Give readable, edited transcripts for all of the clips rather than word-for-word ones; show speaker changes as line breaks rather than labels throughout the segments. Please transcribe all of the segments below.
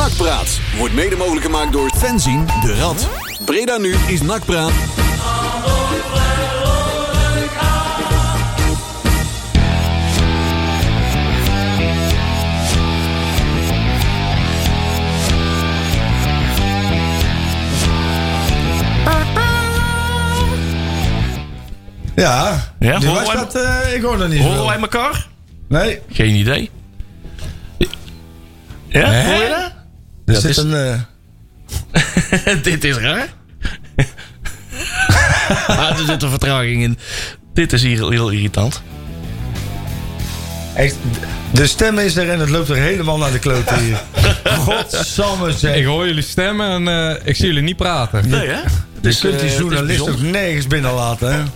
Nakpraat wordt mede mogelijk gemaakt door Fenzien de Rad. Breda nu is Nakpraat.
Ja, ik hoor dat niet.
Horen wij elkaar?
Nee.
Geen idee. Ja, hoor je dat? Dit is raar. Er zit een vertraging in. Dit is hier heel irritant.
Echt, de stem is er en het loopt er helemaal naar de klote hier. Godsamme zeg.
Ik hoor jullie stemmen en ik zie jullie niet praten.
Nee, hè?
Dus kunt die journalist ook nergens binnenlaten, hè?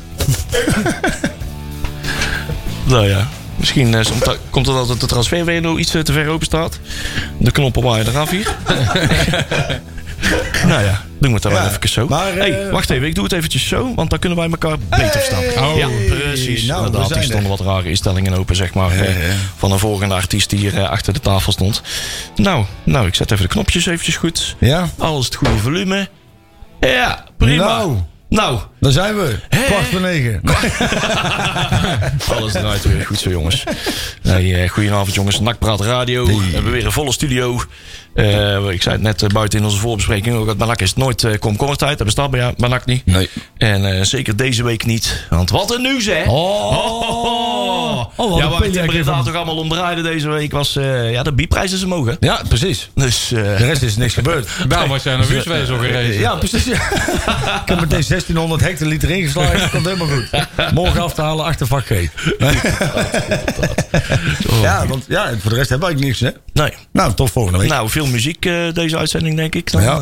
Nou ja. Misschien komt het dat de transferwindow iets te ver open staat. De knoppen waaien eraf hier. Nou ja, doen we het dan wel even zo.
Maar,
hey, wacht even, ik doe het eventjes zo. Want dan kunnen wij elkaar beter verstaan.
Oh.
Ja, precies.
Nou,
inderdaad, er stonden wat rare instellingen open, zeg maar. Van een volgende artiest die hier achter de tafel stond. Nou, ik zet even de knopjes eventjes goed.
Ja?
Alles het goede volume. Ja, prima. Nou,
daar zijn we. 8:45.
alles draait weer goed zo, jongens. Nee, goedenavond, jongens. Nakpraat Radio. We hebben weer een volle studio. Ik zei het net buiten in onze voorbespreking. Ook bij NAC is het nooit komkommertijd. Dat bestaat bij NAC niet.
Nee.
En zeker deze week niet. Want wat een nieuws, hè? Ja, waar het inderdaad toch allemaal om draaide deze week was... de bieprijs is omhoog, hè?
Ja, precies.
Dus,
de rest is niks gebeurd.
Daarom was jij naar Wieswezel gereden.
Ja, precies. Ja. Ik heb meteen 1600 hectoliter ingeslagen. Dat komt helemaal goed. Morgen af te halen, achtervak G. Ja, want voor de rest hebben we niks, hè?
Nee.
Nou, tot volgende week.
Nou, veel muziek deze uitzending, denk ik. Dan,
ja.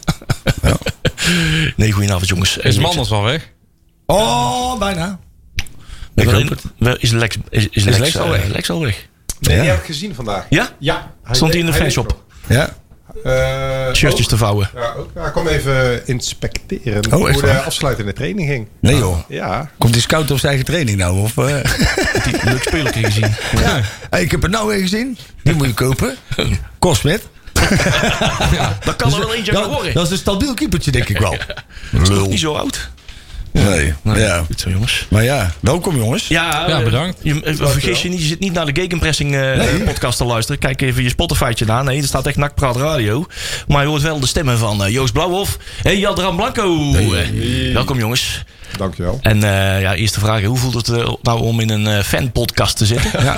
Nee, goedenavond, jongens.
Is Mandels al weg?
Oh, bijna.
Ik hoop het. Is Lex al weg? Lex al weg?
Nee, die heb ik gezien vandaag.
Ja?
Ja.
Stond hij in de fanshop?
Ja.
Shirtjes te vouwen.
Ja, ook. Hij kwam even inspecteren
hoe
de afsluitende training ging.
Nee joh.
Ja.
Komt die scout op zijn eigen training nou? Of,
Die leuk spelertje gezien.
Ja. Hey, ik heb het nou weer gezien. Die moet je kopen. Kosmet.
Dat kan er wel eentje van worden.
Dat is een stabiel keepertje, denk ik wel.
Dat is nog niet zo oud.
Nee. Ja.
Goed zo, jongens.
Maar ja, welkom jongens.
Ja, bedankt.
Vergis je niet, je zit niet naar de Gegenpressing podcast te luisteren. Kijk even je Spotify'tje na. Nee, er staat echt Nakpraat Radio. Maar je hoort wel de stemmen van Joost Blauwhof en Jadran Blanco. Welkom jongens.
Dankjewel.
En eerste vraag. Hoe voelt het nou om in een fanpodcast te zitten?
Ja,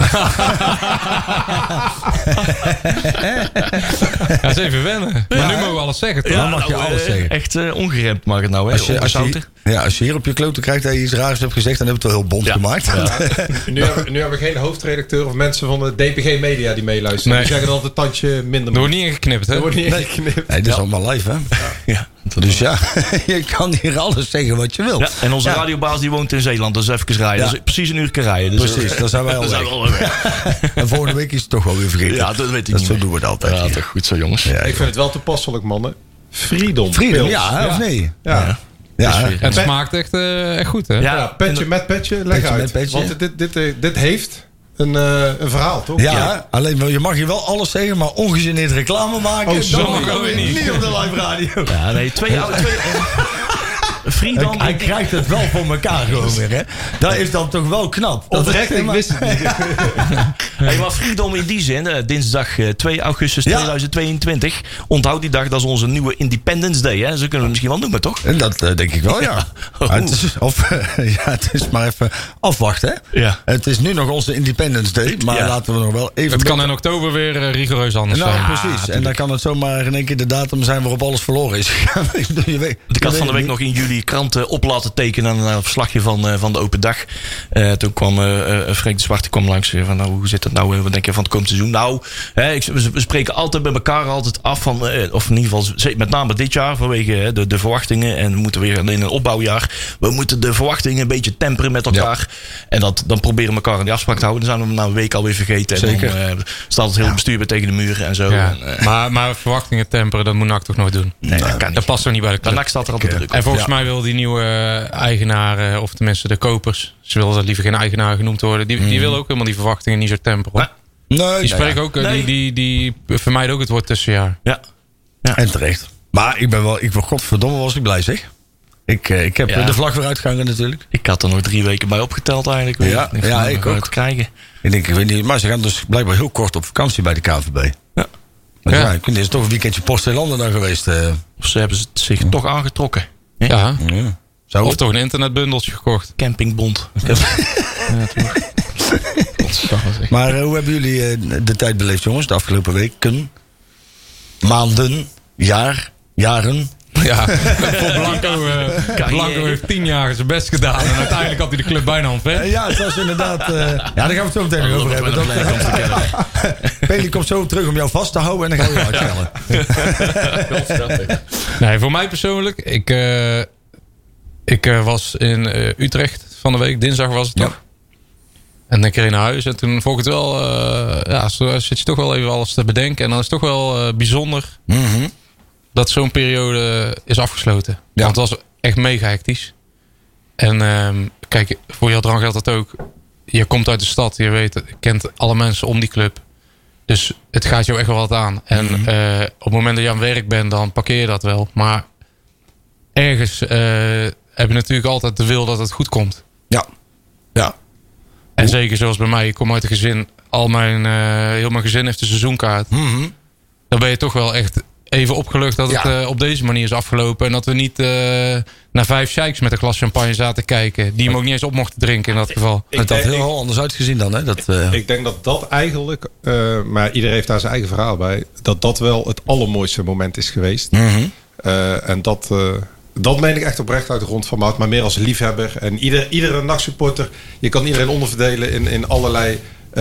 dat is even wennen. Maar nu mogen we alles zeggen, toch?
Dan mag je alles zeggen.
Echt ongeremd mag het nou, hè?
Als je hier op je kloten krijgt dat je iets raars hebt gezegd, dan heb je het wel heel bond gemaakt. Ja.
Nu hebben we geen hoofdredacteur of mensen van de DPG Media die meeluisteren.
Nee.
Die zeggen dat het tandje minder
Er wordt niet ingeknipt, hè?
Er wordt niet ingeknipt.
Nee, dit is allemaal live, hè?
Ja.
Dus ja, je kan hier alles zeggen wat je wilt.
Ja, en onze radiobaas die woont in Zeeland, dus even rijden.
Ja.
Dat is precies een uur rijden. Dus
precies, dan zijn wij al weg. En volgende week is het toch wel weer vergeten.
Ja, dat weet ik niet.
Zo doen we het altijd.
Ja, toch goed zo, jongens.
Ja,
Ik vind het wel toepasselijk, mannen. Freedom,
ja, of nee?
Ja.
Het smaakt echt goed, hè?
Ja,
petje met petje, leg
Petje
uit.
met petje.
Want dit heeft een verhaal, toch?
Ja, alleen je mag hier wel alles zeggen, maar ongegeneerd reclame maken.
Oh, zo
dat
mag
we niet op de live radio.
Ja, nee, twee Freedom.
Hij krijgt het wel voor elkaar gewoon weer, hè? Dat is dan toch wel knap.
Oprecht, ik wist het niet.
Hey, maar Freedom in die zin, dinsdag 2 augustus 2022. Onthoud die dag, dat is onze nieuwe Independence Day. Hè? Zo kunnen we het misschien wel noemen, toch?
En dat denk ik wel, ja. Het is maar even afwachten, hè?
Ja.
Het is nu nog onze Independence Day, maar laten we nog wel even...
Het kan in oktober weer rigoureus anders zijn.
Precies. En dan kan het zomaar in één keer de datum zijn waarop alles verloren is.
Ik had van de week nog in jullie kranten op laten tekenen een verslagje van de open dag. Toen kwam Freek de Zwarte kwam langs. Van, nou, hoe zit het nou? Wat denk je van het komend seizoen? Nou, we spreken altijd bij elkaar altijd af van, of in ieder geval met name dit jaar vanwege de verwachtingen. En we moeten weer in een opbouwjaar. We moeten de verwachtingen een beetje temperen met elkaar. Ja. En dan proberen we elkaar aan die afspraak te houden. Dan zijn we na een week alweer vergeten.
Zeker.
En dan staat het hele bestuur weer tegen de muur en zo.
Ja.
En,
maar verwachtingen temperen, dat moet NAC toch nog doen?
Nee, dat kan niet.
Dat past er niet bij de club.
NAC staat er altijd druk op.
En volgens mij wil die nieuwe eigenaren, of tenminste de kopers, ze willen liever geen eigenaar genoemd worden. Die willen ook helemaal die verwachtingen niet zo temperen.
Nee,
Die spreken ook, die vermijden ook het woord tussenjaar.
Ja.
En terecht. Maar godverdomme was ik blij, zeg. Ik heb de vlag weer uitgehangen natuurlijk.
Ik had er nog 3 weken bij opgeteld eigenlijk.
Ik ook.
Te krijgen.
Ik weet niet, maar ze gaan dus blijkbaar heel kort op vakantie bij de KNVB.
Ja.
Maar dit is toch een weekendje Post-Zeelanden dan geweest.
Of ze hebben zich toch aangetrokken.
Ja.
Zo.
Of toch een internetbundeltje gekocht.
Campingbond.
Maar hoe hebben jullie de tijd beleefd, jongens? De afgelopen weken? Maanden? Jaren?
Ja, voor Blanco heeft 10 jaar zijn best gedaan. En uiteindelijk had hij de club bijna omver.
Ja, het was inderdaad... daar gaan we het zo meteen nog over hebben. Peli komt zo terug om jou vast te houden en dan gaan we uitstellen.
Nee, voor mij persoonlijk. Ik was in Utrecht van de week. Dinsdag was het toch? En dan kreeg ik naar huis. En toen vond ik het wel... zo zit je toch wel even alles te bedenken. En dan is het toch wel bijzonder... dat zo'n periode is afgesloten. Ja. Want het was echt mega hectisch. En kijk, voor Jadran geldt dat ook. Je komt uit de stad. Je kent alle mensen om die club. Dus het gaat jou echt wel wat aan. En op het moment dat je aan het werk bent, dan parkeer je dat wel. Maar ergens heb je natuurlijk altijd de wil dat het goed komt.
Ja.
En zeker zoals bij mij. Ik kom uit een gezin. Heel mijn gezin heeft een seizoenkaart. Dan ben je toch wel echt... even opgelucht dat het op deze manier is afgelopen. En dat we niet naar 5 sheiks met een glas champagne zaten kijken. Die hem ook niet eens op mochten drinken in dat geval.
Het had heel anders uitgezien dan. Hè?
Ik denk dat eigenlijk... maar iedereen heeft daar zijn eigen verhaal bij. Dat wel het allermooiste moment is geweest. En dat meen ik echt oprecht uit de grond van mijn hart. Maar meer als liefhebber. En iedere NAC-supporter... Je kan iedereen onderverdelen in allerlei...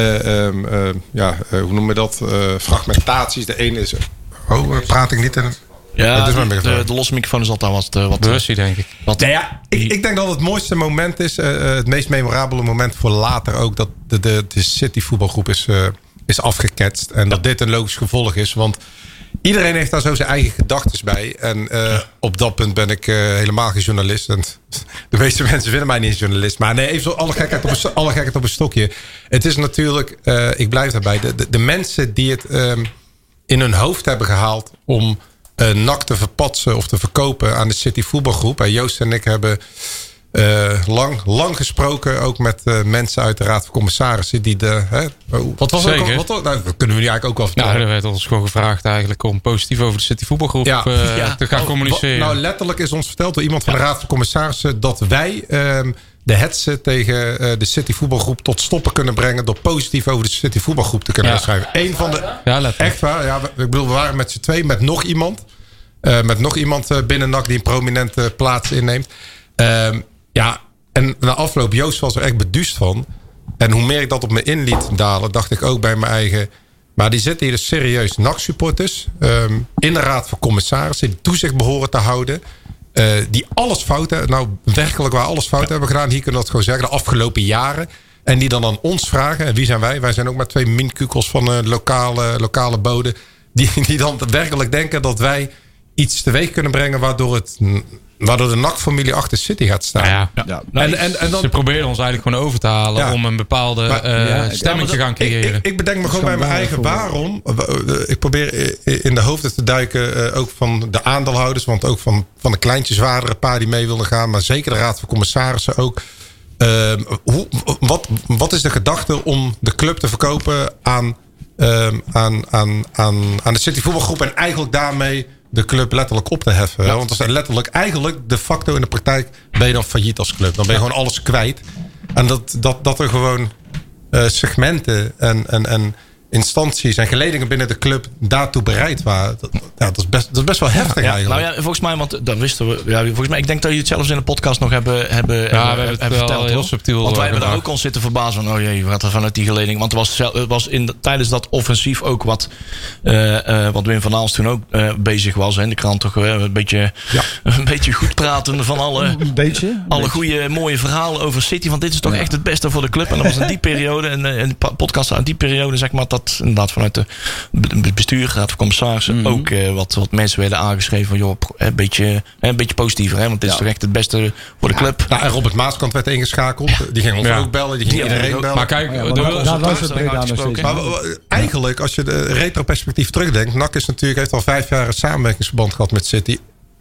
hoe noemen we dat? Fragmentaties. De ene is... praat ik niet in het...
Ja, de losse microfoon is altijd wat
bewustie, denk ik.
Ik denk dat het mooiste moment is... het meest memorabele moment voor later ook... dat de City voetbalgroep is afgeketst. En dat dit een logisch gevolg is. Want iedereen heeft daar zo zijn eigen gedachten bij. En op dat punt ben ik helemaal geen journalist. En de meeste mensen vinden mij niet een journalist. Maar nee, even zo alle gekheid op een stokje. Het is natuurlijk... ik blijf daarbij. De mensen die het... in hun hoofd hebben gehaald om NAC te verpatsen of te verkopen aan de City voetbalgroep. Joost en ik hebben lang gesproken, ook met mensen uit de Raad van Commissarissen. Wat was het? Dat kunnen we nu eigenlijk ook wel vertellen.
Nou, er werd ons gewoon gevraagd eigenlijk om positief over de City voetbalgroep te gaan communiceren.
Nou, letterlijk is ons verteld door iemand van de Raad van Commissarissen dat wij... de hetsen tegen de City voetbalgroep tot stoppen kunnen brengen... door positief over de City voetbalgroep te kunnen schrijven. Eén van de... echt waar. Ja, ik bedoel, we waren met z'n twee, met nog iemand. Binnen NAC die een prominente plaats inneemt. En na afloop, Joost was er echt beduust van. En hoe meer ik dat op me in liet dalen... dacht ik ook bij mijn eigen... Maar die zitten hier dus serieus NAC-supporters... in de Raad van Commissarissen... die toezicht behoren te houden... die alles fouten, nou werkelijk waar alles fout hebben gedaan. Hier kunnen we dat gewoon zeggen, de afgelopen jaren. En die dan aan ons vragen. En wie zijn wij? Wij zijn ook maar 2 minkukels van een lokale bode. Die dan werkelijk denken dat wij iets teweeg kunnen brengen... waardoor de NAC-familie achter City gaat staan.
En dan, ze proberen ons eigenlijk gewoon over te halen... om een bepaalde stemming te gaan creëren.
Ik bedenk me gewoon bij mijn eigen waarom. Ik probeer in de hoofden te duiken... ook van de aandeelhouders... want ook van de kleintjes waren er een paar die mee wilden gaan... maar zeker de Raad van Commissarissen ook. Wat is de gedachte om de club te verkopen... aan de City voetbalgroep... en eigenlijk daarmee... de club letterlijk op te heffen. Ja. Want dat is letterlijk eigenlijk de facto in de praktijk... ben je dan failliet als club. Dan ben je gewoon alles kwijt. En dat er gewoon segmenten en instanties en geledingen binnen de club daartoe bereid waren. Dat is best wel heftig eigenlijk.
Nou ja, volgens mij, want dat wisten we. Ja, volgens mij, ik denk dat je het zelfs in de podcast nog hebben verteld.
Heel subtiel.
Want wij hebben daar ook ons zitten verbazen van, oh jee, wat er vanuit die geleding. Want het was tijdens dat offensief ook wat Wim van Aalst toen ook bezig was. In de krant toch een beetje goed praten van alle goede mooie verhalen over City. Want dit is toch echt het beste voor de club. En dat was in die periode, en de podcast uit die periode, zeg maar, dat inderdaad vanuit de bestuur, raad van commissarissen, ook wat mensen werden aangeschreven van, joh, een beetje positiever, hè, want dit is toch echt het beste voor de club.
Ja, en Robert Maaskant werd ingeschakeld. Die ging ons ook bellen, die ging iedereen bellen.
Maar kijk,
eigenlijk, als je de retro-perspectief terugdenkt, NAC heeft al 5 jaar een samenwerkingsverband gehad met City.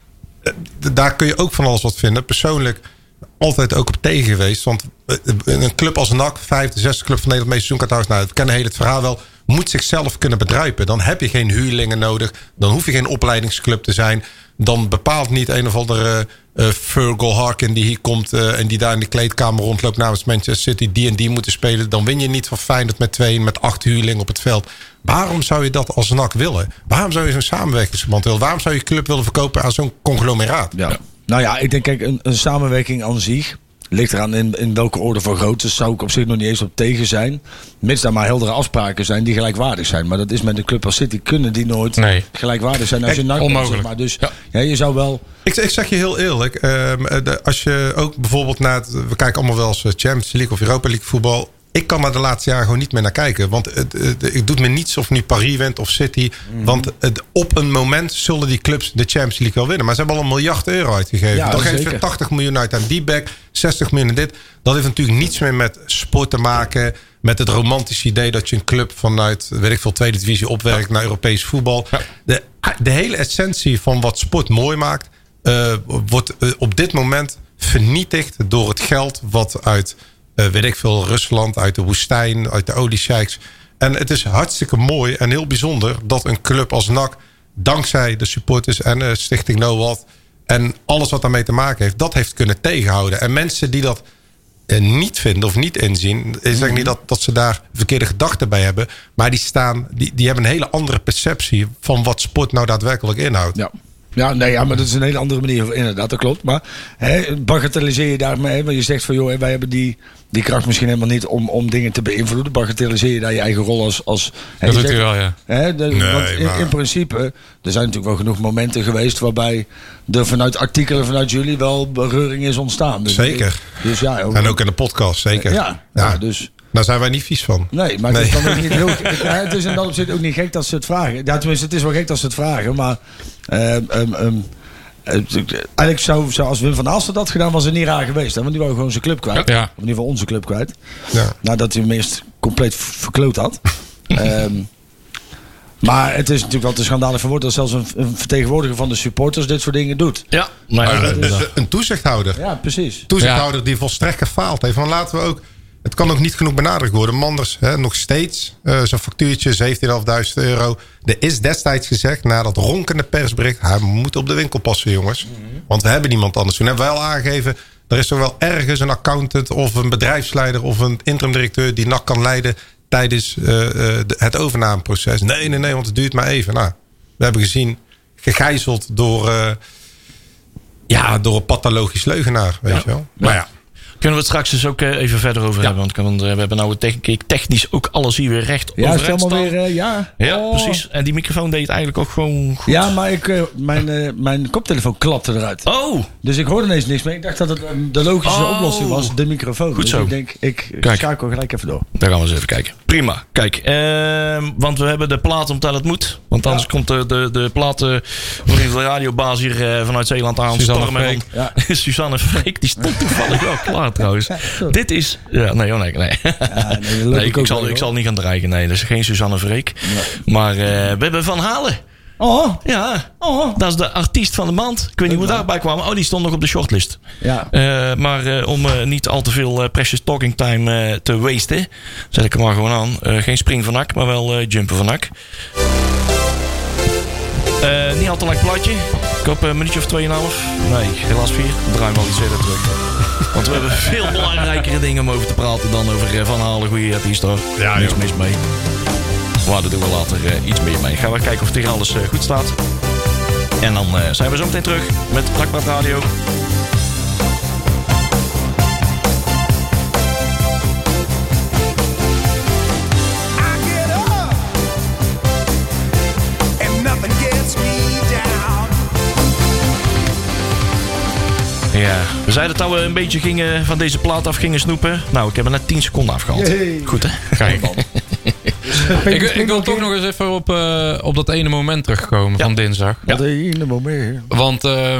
Daar kun je ook van alles wat vinden. Persoonlijk altijd ook op tegen geweest. Want een club als NAC, 5e, 6e club van Nederland, meeste seizoenkaarthouders, we kennen heel het verhaal wel, moet zichzelf kunnen bedruipen. Dan heb je geen huurlingen nodig. Dan hoef je geen opleidingsclub te zijn. Dan bepaalt niet een of andere Virgil Harkin die hier komt en die daar in de kleedkamer rondloopt namens Manchester City, die en die moeten spelen. Dan win je niet van Feyenoord met 2 met 8 huurlingen op het veld. Waarom zou je dat als NAC willen? Waarom zou je zo'n samenwerkingsverband willen? Waarom zou je club willen verkopen aan zo'n conglomeraat?
Ja. Nou ja, ik denk, kijk, een samenwerking aan zich ligt eraan in welke orde van grootte. Zou ik op zich nog niet eens op tegen zijn. Mits daar maar heldere afspraken zijn die gelijkwaardig zijn. Maar dat is met een club als City, kunnen die nooit gelijkwaardig zijn als je NAC
onmogelijk.
Zeg maar. Dus ja, je zou wel...
Ik zeg je heel eerlijk. Als je ook bijvoorbeeld we kijken allemaal wel eens Champions League of Europa League voetbal. Ik kan er de laatste jaren gewoon niet meer naar kijken. Want het doet me niets of nu Paris wint of City. Want op een moment zullen die clubs de Champions League wel winnen. Maar ze hebben al €1 miljard uitgegeven.
Ja,
dan geven ze 80 miljoen uit aan die back, 60 miljoen aan dit. Dat heeft natuurlijk niets meer met sport te maken. Met het romantische idee dat je een club vanuit, weet ik veel, tweede divisie opwerkt naar Europees voetbal. Ja. De hele essentie van wat sport mooi maakt, wordt op dit moment vernietigd door het geld wat uit, weet ik veel, Rusland, uit de woestijn, uit de oliesheiks. En het is hartstikke mooi en heel bijzonder dat een club als NAC, dankzij de supporters en Stichting NoWat en alles wat daarmee te maken heeft, dat heeft kunnen tegenhouden. En mensen die dat niet vinden of niet inzien, ik zeg niet dat ze daar verkeerde gedachten bij hebben, maar die hebben een hele andere perceptie van wat sport nou daadwerkelijk inhoudt.
Ja. Ja, maar dat is een hele andere manier. Inderdaad, dat klopt. Maar bagatelliseer je daarmee. Want je zegt van, joh, wij hebben die kracht misschien helemaal niet om dingen te beïnvloeden. Bagatelliseer je daar je eigen rol als...
Dat doet hij wel, ja.
Want in principe, er zijn natuurlijk wel genoeg momenten geweest waarbij er vanuit artikelen vanuit jullie wel bereuring is ontstaan. Dus,
zeker.
Dus ja,
en ook in de podcast, zeker.
Ja, dus...
Daar zijn wij niet vies van.
Nee, maar het is dan ook niet heel... Het is in dat opzicht ook niet gek dat ze het vragen. Ja, tenminste, het is wel gek dat ze het vragen, maar... eigenlijk zou als Wim van Aalsten dat gedaan was, het niet raar geweest. Hè? Want die wou gewoon zijn club kwijt. Ja. Of in ieder geval onze club kwijt. Ja. Nadat hij hem eerst compleet verkloot had. Maar het is natuurlijk wel te schandalig van woord dat zelfs een vertegenwoordiger van de supporters dit soort dingen doet.
Ja,
een toezichthouder.
Ja, precies.
Toezichthouder die volstrekt gefaald heeft. Want laten we ook... Het kan ook niet genoeg benadrukt worden. Manders, nog steeds zo'n factuurtje, €17.500. Er is destijds gezegd, na dat ronkende persbericht, hij moet op de winkel passen, jongens. Want we hebben niemand anders. Toen hebben we wel aangegeven, er is toch wel ergens een accountant of een bedrijfsleider of een interim-directeur die NAC kan leiden tijdens het overnameproces. Nee, want het duurt maar even. Nou, we hebben gezien, gegijzeld door een pathologisch leugenaar, weet je wel. Maar ja.
Kunnen we het straks dus ook even verder over hebben. Want we hebben nou technisch ook alles hier weer recht overeind staan.
Weer,
ja, precies. En die microfoon deed het eigenlijk ook gewoon goed.
Ja, maar mijn koptelefoon klapte eruit.
Oh!
Dus ik hoorde ineens niks meer. Ik dacht dat het de logische oplossing was, de microfoon.
Goed
dus
zo.
ik denk, ik schakel gelijk even door.
Daar gaan we eens even kijken. Prima. Kijk, want we hebben de plaat omdat het moet. Want anders komt de platen voor de radiobaas hier vanuit Zeeland aan stormen. Suzanne Freek, die stond toevallig wel klaar trouwens. Dit is... Ja, nee. Nee, ik zal niet gaan dreigen. Nee, dat is geen Suzanne Freek. Nee. Maar we hebben Van Halen.
Oh.
Ja. Oh. Dat is de artiest van de maand. Ik weet niet hoe daarbij kwam. Oh, die stond nog op de shortlist.
Ja.
Maar om niet al te veel precious talking time te wasten, zet ik hem maar gewoon aan. Geen spring van NAC, maar wel jumpen van NAC. Niet al te lang plaatje. Ik hoop een minuutje of 2,5. Nee, helaas 4. We draaien wel iets verder terug. Want we hebben veel belangrijkere dingen om over te praten dan over Van Halen. Goeie artiest hoor. Ja, niks mis mee. Maar daar doen we later iets meer mee. Gaan we kijken of tegen alles goed staat. En dan zijn we zo meteen terug met Nakpraat Radio. Ja, we zeiden dat we een beetje van deze plaat af gingen snoepen. Nou, ik heb er net 10 seconden afgehaald.
Yay.
Goed hè? Kijk.
Ik wil toch nog eens even op dat ene moment terugkomen van dinsdag.
Dat ene moment.
Want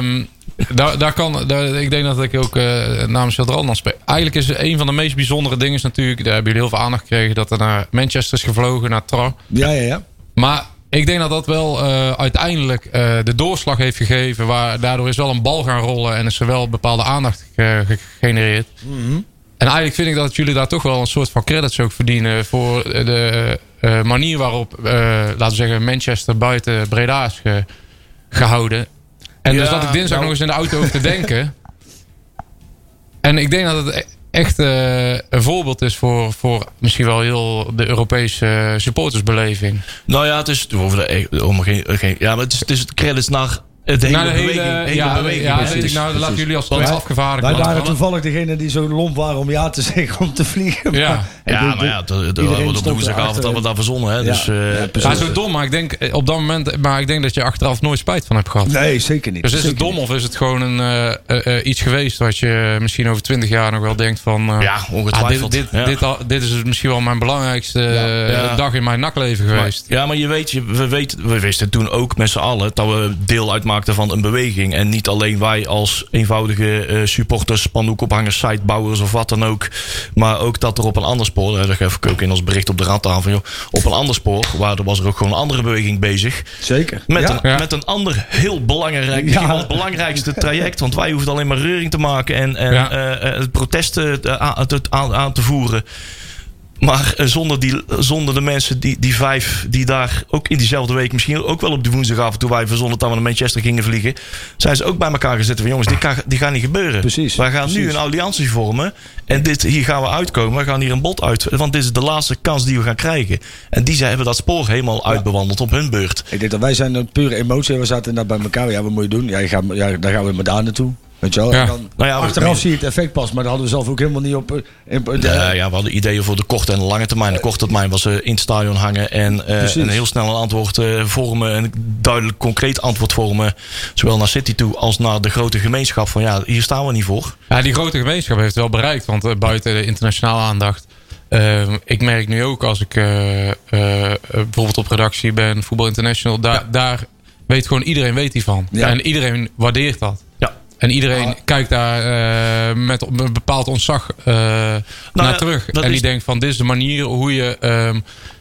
ik denk dat ik ook namens Jadran dan spreek. Eigenlijk is een van de meest bijzondere dingen natuurlijk, daar hebben jullie heel veel aandacht gekregen, dat er naar Manchester is gevlogen, naar Troyes.
Ja.
Maar ik denk dat dat wel uiteindelijk de doorslag heeft gegeven. Daardoor is wel een bal gaan rollen en is er wel bepaalde aandacht gegenereerd. Mm-hmm. En eigenlijk vind ik dat jullie daar toch wel een soort van credits ook verdienen voor de manier waarop, laten we zeggen, Manchester buiten Breda is gehouden. En dus dat ik dinsdag nog eens in de auto over te denken. En ik denk dat het echt een voorbeeld is voor misschien wel heel de Europese supportersbeleving.
Nou ja, het is maar het is credits naar het hele beweging.
Nou, laten jullie als afgevaardigd.
Wij waren toevallig degene die zo lomp waren om ja te zeggen om te vliegen.
Dat wordt op woensdagavond dat we daar verzonnen. Hè? Dus,
zo dom, maar ik denk op dat moment, maar ik denk dat je achteraf nooit spijt van hebt gehad.
Nee, zeker niet.
Dus is het dom of is het gewoon iets geweest wat je misschien over 20 jaar nog wel denkt van...
ongetwijfeld.
Dit is misschien wel mijn belangrijkste dag in mijn nakleven geweest.
Maar je weet, we wisten toen ook met z'n allen dat we deel uitmaakten van een beweging. En niet alleen wij als eenvoudige supporters, spandoekopphangers, sitebouwers of wat dan ook. Maar ook dat er op een ander spoor, dat geef ik ook in ons bericht op de randtafel, op een ander spoor, was er ook gewoon een andere beweging bezig.
Zeker.
Met een ander heel belangrijk, misschien wel het belangrijkste traject. Want wij hoefden alleen maar reuring te maken en het protest aan te voeren. Maar zonder de mensen, die 5 die daar ook in diezelfde week, misschien ook wel op de woensdagavond, toen wij verzonnen dat we naar Manchester gingen vliegen, zijn ze ook bij elkaar gezet van jongens, die gaat niet gebeuren.
Precies.
Wij gaan nu een alliantie vormen en hier gaan we uitkomen. We gaan hier een bod uit, want dit is de laatste kans die we gaan krijgen. En die hebben dat spoor helemaal uitbewandeld op hun beurt.
Ik denk dat wij zijn een pure emotie. We zaten daar bij elkaar. Ja, wat moet je doen? Daar gaan we met daar naartoe. Weet je wel?
Ja.
En dan, achteraf zie je het effect pas, maar daar hadden we zelf ook helemaal niet op.
We hadden ideeën voor de korte en de lange termijn. De korte termijn was in het stadion hangen en een heel snel een antwoord vormen. Een duidelijk concreet antwoord vormen. Zowel naar City toe als naar de grote gemeenschap. Van hier staan we niet voor.
Ja, die grote gemeenschap heeft het wel bereikt, want buiten de internationale aandacht. Ik merk nu ook als ik bijvoorbeeld op redactie ben, Voetbal International, daar weet gewoon iedereen hiervan. Ja. En iedereen waardeert dat. Ja. En iedereen kijkt daar met een bepaald ontzag naar terug. En die denkt van, dit is de manier hoe je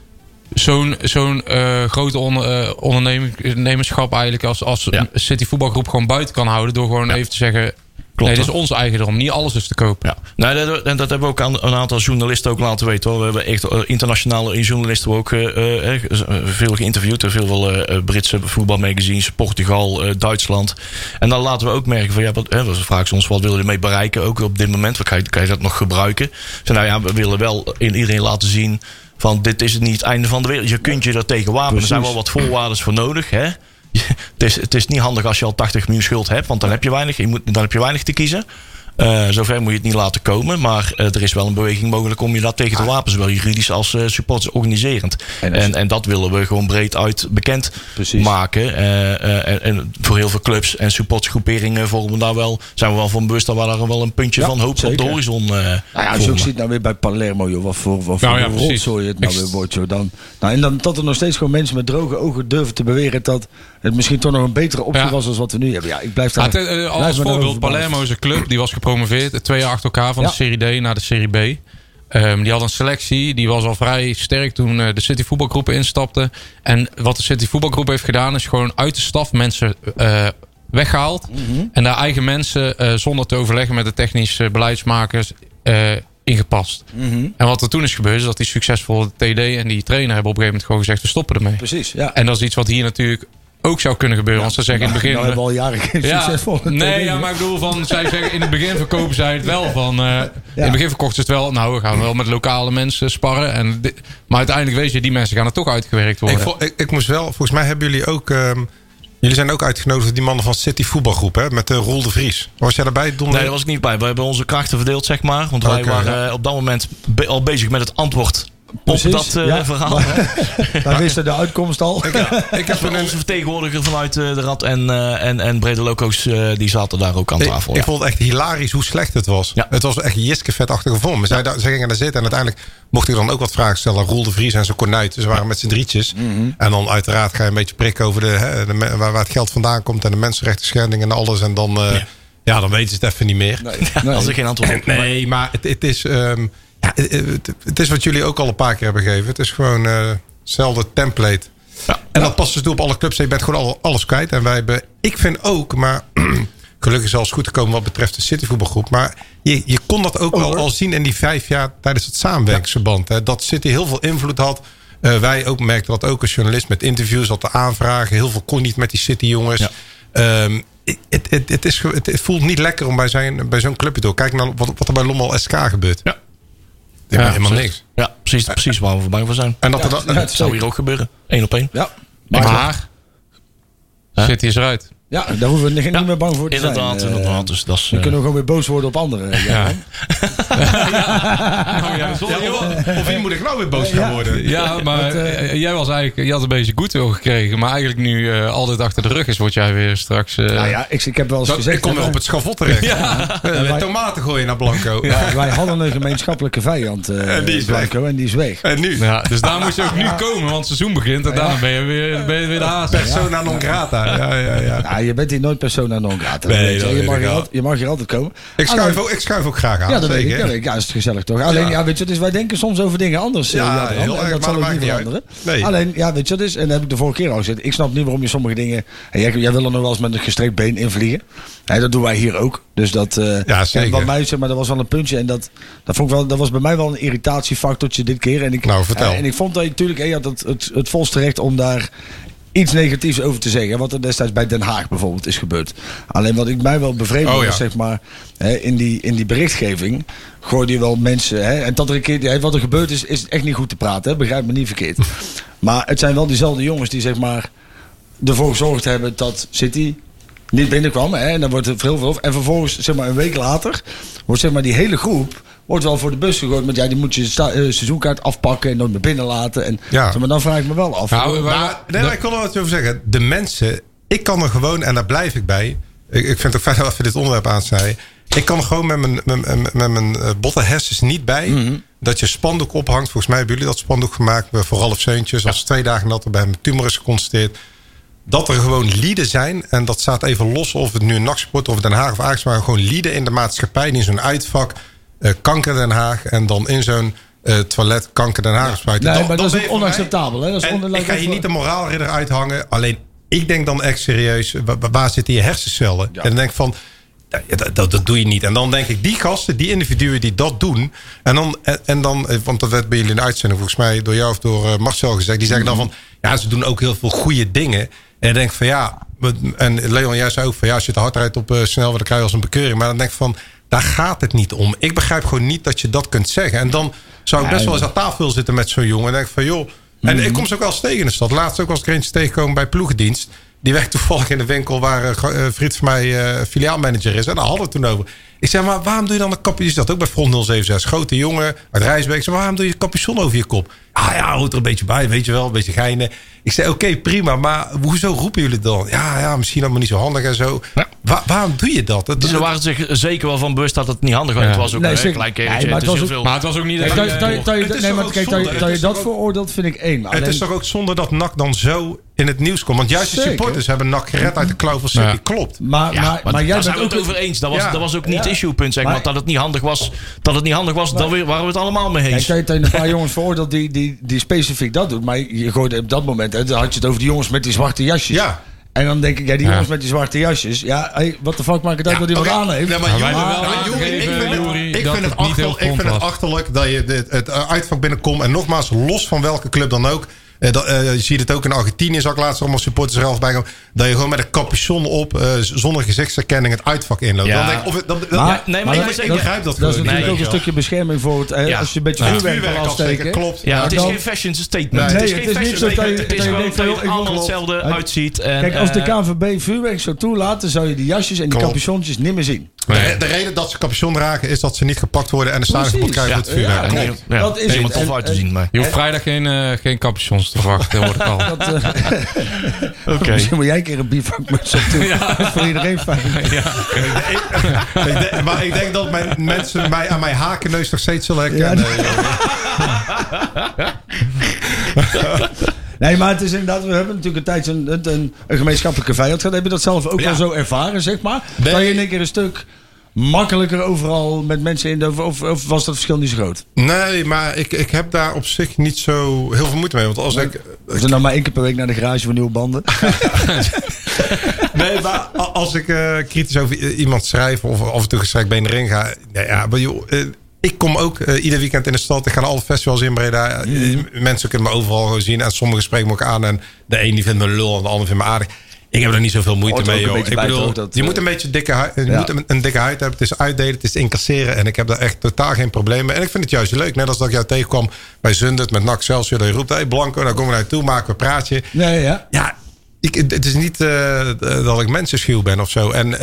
zo'n grote ondernemerschap eigenlijk als City voetbalgroep gewoon buiten kan houden. Door gewoon even te zeggen, klopt, nee, dit is ons eigendom. Niet alles is te koop. Ja.
Nee, dat hebben we ook aan een aantal journalisten ook laten weten. Hoor. We hebben echt internationale journalisten ook veel geïnterviewd. Veel Britse voetbalmagazines, Portugal, Duitsland. En dan laten we ook merken van, we vragen ze ons, wat willen jullie mee bereiken? Ook op dit moment, kan je dat nog gebruiken? We willen wel in iedereen laten zien van, dit is niet het einde van de wereld. Je kunt je er tegen wapenen. Er zijn wel wat voorwaarden voor nodig, hè? Het is niet handig als je al 80 miljoen schuld hebt, want dan heb je weinig te kiezen. Zover moet je het niet laten komen. Maar er is wel een beweging mogelijk om je dat tegen te wapen. Zowel juridisch als supporters organiserend. En dat willen we gewoon breed uit bekend maken. En voor heel veel clubs en supportersgroeperingen zijn we wel van bewust dat we daar wel een puntje van hoop op de horizon
als je ook ziet nou weer bij Palermo, joh, wat voor rotzooi het nou weer wordt. Joh. En dan dat er nog steeds gewoon mensen met droge ogen durven te beweren dat het misschien toch nog een betere optie was dan wat we nu hebben. Ja, ik blijf daar.
Als voorbeeld, Palermo is een club die was gepromoveerd 2 jaar achter elkaar van de Serie D naar de Serie B. Die had een selectie, die was al vrij sterk toen de City voetbalgroep instapte. En wat de City voetbalgroep heeft gedaan is gewoon uit de staf mensen weggehaald. Mm-hmm. En daar eigen mensen zonder te overleggen met de technische beleidsmakers ingepast. Mm-hmm. En wat er toen is gebeurd is dat die succesvolle TD en die trainer hebben op een gegeven moment gewoon gezegd, we stoppen ermee.
Precies, ja.
En dat is iets wat hier natuurlijk ook zou kunnen gebeuren. Want ze zeggen in het begin.
Nou hebben we al jaren geen succesvol.
Maar ik bedoel van, zij zeggen in het begin verkopen zij het wel van. In het begin verkochten ze het wel. Nou, we gaan wel met lokale mensen sparren. Maar uiteindelijk weet je, die mensen gaan er toch uitgewerkt worden.
Ik moest wel, volgens mij hebben jullie ook. Jullie zijn ook uitgenodigd door die mannen van City voetbalgroep, hè? Met Roel de Vries. Was jij daarbij?
Nee, daar was ik niet bij. We hebben onze krachten verdeeld, zeg maar. Want wij waren op dat moment al bezig met het antwoord
precies,
dat verhaal.
Wij wisten de uitkomst al.
Ik heb onze vertegenwoordiger vanuit de Rad en Brede Loco's, die zaten daar ook aan tafel.
Ik vond het echt hilarisch hoe slecht het was.
Ja.
Het was echt Jiske-vet-achtige vorm. Maar zij gingen daar zitten en uiteindelijk mocht ik dan ook wat vragen stellen aan Roel de Vries en zijn kornuit. Ze waren met z'n drietjes. En dan uiteraard ga je een beetje prikken over waar het geld vandaan komt en de mensenrechten schendingen en alles. En dan, dan weten ze het even niet meer.
Nee.
Als ik geen antwoord op.
Nee, maar het is... het is wat jullie ook al een paar keer hebben gegeven. Het is gewoon hetzelfde template.
Ja.
En dat past dus toe op alle clubs. Je bent gewoon alles kwijt. En wij hebben... Ik vind ook, maar... Gelukkig zal het goed te komen wat betreft de City-voetbalgroep. Maar je kon dat ook wel al zien in die 5 jaar tijdens het samenwerkingsverband. Hè, dat City heel veel invloed had. Wij ook merkten dat ook als journalist met interviews had te aanvragen. Heel veel kon niet met die City-jongens. Ja. Het voelt niet lekker om bij zo'n clubje door. Kijk naar wat er bij Lommel SK gebeurt. Ja. Helemaal niks.
Ja, precies waar we bang voor zijn.
En
dat zou hier ook gebeuren. 1 op 1.
Ja.
Maar City is eruit.
Ja, daar hoeven we niet meer bang voor te zijn.
Inderdaad. Dus dat is,
dan kunnen we gewoon weer boos worden op anderen.
Of wie moet ik nou weer boos gaan worden?
Ja, maar jij was eigenlijk... Je had een beetje goodwill gekregen. Maar eigenlijk nu al dit achter de rug is, word jij weer straks...
Nou ja, ik heb wel eens gezegd...
Ik kom weer op het schavot terecht. Tomaten gooien naar Blanco.
Ja, wij hadden een gemeenschappelijke vijand, Blanco, en die is weg.
En nu?
Ja, dus daar moet je ook nu komen, want het seizoen begint. En daarna ben je weer de haas.
Persona non grata. Ja.
Je bent hier nooit persona non grata.
Nee,
je mag hier altijd komen.
Ik schuif ook graag aan.
Ja, dat weet ik. Ja, is het gezellig toch? Alleen, weet je, dus wij denken soms over dingen anders.
Heel erg,
dat zal ook niet veranderen. Nee. Alleen, weet je, dus, en dat heb ik de vorige keer al gezegd. Ik snap niet waarom je sommige dingen... Jij wil er nog wel eens met een gestrekt been invliegen. Dat doen wij hier ook. Dus dat...
zeker.
Wat mij, zeg maar, dat was wel een puntje. En dat was bij mij wel een irritatiefactortje dit keer. En
vertel.
En ik vond dat je natuurlijk... het volste recht om daar... iets negatiefs over te zeggen. Wat er destijds bij Den Haag bijvoorbeeld is gebeurd. Alleen wat ik mij wel bevreemd was, zeg maar, in die berichtgeving gooide je wel mensen. En dat er een keer, wat er gebeurd is echt niet goed te praten. Begrijp me niet verkeerd. Maar het zijn wel diezelfde jongens die, zeg maar, ervoor gezorgd hebben dat City niet binnenkwam. En dan wordt er veel. En vervolgens, zeg maar, een week later wordt, zeg maar, die hele groep wordt wel voor de bus gegooid. Want die moet je seizoenkaart afpakken en nooit meer binnenlaten. En, maar dan vraag ik me wel af.
Ik kon er wat over zeggen. De mensen, ik kan er gewoon, en daar blijf ik bij. Ik vind het ook fijn dat we dit onderwerp aansnijden. Ik kan er gewoon met mijn botte hersens niet bij. Dat je spandoek ophangt. Volgens mij hebben jullie dat spandoek gemaakt. Voor Ralf Seuntjes. Als 2 dagen dat er bij mijn tumor is geconstateerd. Dat er gewoon lieden zijn. En dat staat even los of het nu een NAC-supporter of Den Haag of Ajax. Maar gewoon lieden in de maatschappij. Die in zo'n uitvak... Kanker Den Haag en dan in zo'n toilet Kanker Den Haag spuiten.
Nee, maar dat is onacceptabel. Hè?
Ik ga hier niet de moraalridder uithangen. Alleen ik denk dan echt serieus, waar zitten je hersencellen? Ja. En dan denk ik van, dat doe je niet. En dan denk ik, die gasten, die individuen die dat doen. En dan want dat werd bij jullie in de uitzending volgens mij door jou of door Marcel gezegd. Die zeggen dan van, ze doen ook heel veel goede dingen. En dan denk ik van en Leon, jij zei ook van als je te hard rijdt op snelweg, dan krijg je als een bekeuring. Maar dan denk ik van, daar gaat het niet om. Ik begrijp gewoon niet dat je dat kunt zeggen. En dan zou ik best wel eens aan tafel willen zitten met zo'n jongen. En denk ik van, joh. En ik kom ze ook wel eens tegen in de stad. Laatst ook als ik er eentje tegenkomen bij ploegendienst. Die werkt toevallig in de winkel waar een vriend van mij filiaalmanager is. En daar hadden we het toen over. Ik zeg, maar waarom doe je dan een capuchon? Is dat ook bij Front 076? Grote jongen uit Rijsbeek. Ik zeg, waarom doe je een capuchon over je kop? Hoort er een beetje bij, weet je wel. Een beetje geinen. Ik zei, oké, prima. Maar hoezo roepen jullie dan? Ja, misschien allemaal niet zo handig en zo. Ja. Waarom doe je dat?
Ze waren zich zeker wel van bewust dat het niet handig was. Ja. Het was ook een klein keertje.
Maar het was ook niet...
Dat je dat veroordeelt, vind ik één.
Het is toch ook zonde dat NAC dan zo in het nieuws komt. Want juist de supporters hebben NAC gered uit de klauw van City. Klopt.
Maar
jij bent ook over eens. Dat was ook niet het issuepunt, zeg maar. Dat het niet handig was. Dan waren we het allemaal mee eens.
Kijk, je hebt een paar jongens veroordeeld die specifiek dat doet. Maar je gooide op dat moment, dan had je het over die jongens met die zwarte jasjes. Ja. En dan denk ik, die jongens met die zwarte jasjes. Wat de fuck maakt het uit wat die wat aan heeft?
Ik vind het achterlijk dat je het uitvak binnenkomt. En nogmaals, los van welke club dan ook. Je ziet het ook in Argentinië, zag ik laatst allemaal supporters zelf bij komen. Dat je gewoon met een capuchon op, zonder gezichtsherkenning, het uitvak inloopt.
Ja.
Ik begrijp dat.
Dat is natuurlijk ook een stukje bescherming voor het. Als je een beetje vuurwerk wil afsteken.
Klopt.
Ja, het is geen fashion statement.
Nee, het is niet zo dat
het is gewoon dat het allemaal hetzelfde uitziet.
Kijk, als de KNVB vuurwerk zo toelaat, dan zou je die jasjes en die capuchonnetjes niet meer zien.
Nee.
De reden dat ze capuchon dragen is dat ze niet gepakt worden en de stadion krijgen voor het vuurwerk.
Ja,
klopt.
dat is
helemaal
het.
tof uit te zien. Maar.
Je hoeft vrijdag geen capuchons te verwachten, dat hoor ik al.
Oké.
Misschien moet jij een keer een bivakmuts op doen. Dat is voor iedereen fijn.
Maar ik denk dat mensen aan mijn hakenneus nog steeds zullen herkennen.
Nee, maar het is inderdaad, we hebben natuurlijk een tijd een gemeenschappelijke vijand gehad. Heb je dat zelf ook wel zo ervaren, zeg maar?
Nee.
Kan je in één keer een stuk makkelijker overal met mensen in of was dat verschil niet zo groot?
Nee, maar ik heb daar op zich niet zo heel veel moeite mee. Want als ik...
We zijn dan maar 1 keer per week naar de garage voor nieuwe banden.
Nee, maar als ik kritisch over iemand schrijf of af en toe gestrekt been erin ga. Nou ja, maar joh, ik kom ook ieder weekend in de stad. Ik ga naar alle festivals in Breda. Mensen kunnen me overal gewoon zien. En sommigen spreken me ook aan. En de een die vindt me lul en de ander vindt me aardig. Ik heb er niet zoveel moeite mee, joh. Ik bedoel, je moet een beetje dikke huid, een dikke huid hebben. Het is uitdelen, het is incasseren. En ik heb daar echt totaal geen probleem mee. En ik vind het juist leuk. Net als dat ik jou tegenkwam bij Zundert met NAC Excelsior. Dat je roept, hey Blanco, dan komen we naar je toe, maken we een praatje.
Nee, ja.
Ja, het is niet dat ik mensenschuw ben of zo. En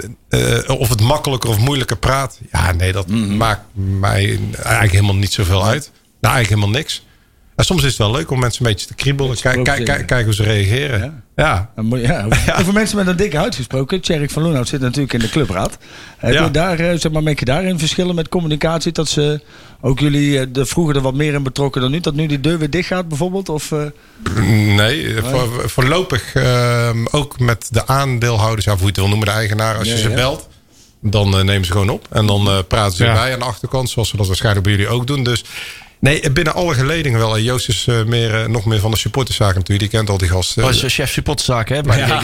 of het makkelijker of moeilijker praat. Ja, nee, dat maakt mij eigenlijk helemaal niet zoveel uit. Nou, eigenlijk helemaal niks. En soms is het wel leuk om mensen een beetje te kriebelen. Kijken hoe ze reageren. Ja.
Over mensen met een dikke huid gesproken. Tjerk van Loenhout zit natuurlijk in de clubraad. Heb je daar, merk je daarin verschillen met communicatie? Dat ze ook jullie vroeger er wat meer in betrokken dan nu? Dat nu die deur weer dicht gaat bijvoorbeeld? Of,
Nee, voorlopig ook met de aandeelhouders. Ja, hoe je het wil noemen, de eigenaar. Als je ze belt, dan nemen ze gewoon op. En dan praten ze bij aan de achterkant. Zoals ze dat waarschijnlijk bij jullie ook doen. Dus... Nee, binnen alle geledingen wel. Joost is nog meer van de supporterszaak natuurlijk. Die kent al die gasten.
Dat is chef supporterszaak, hè? Bij ja.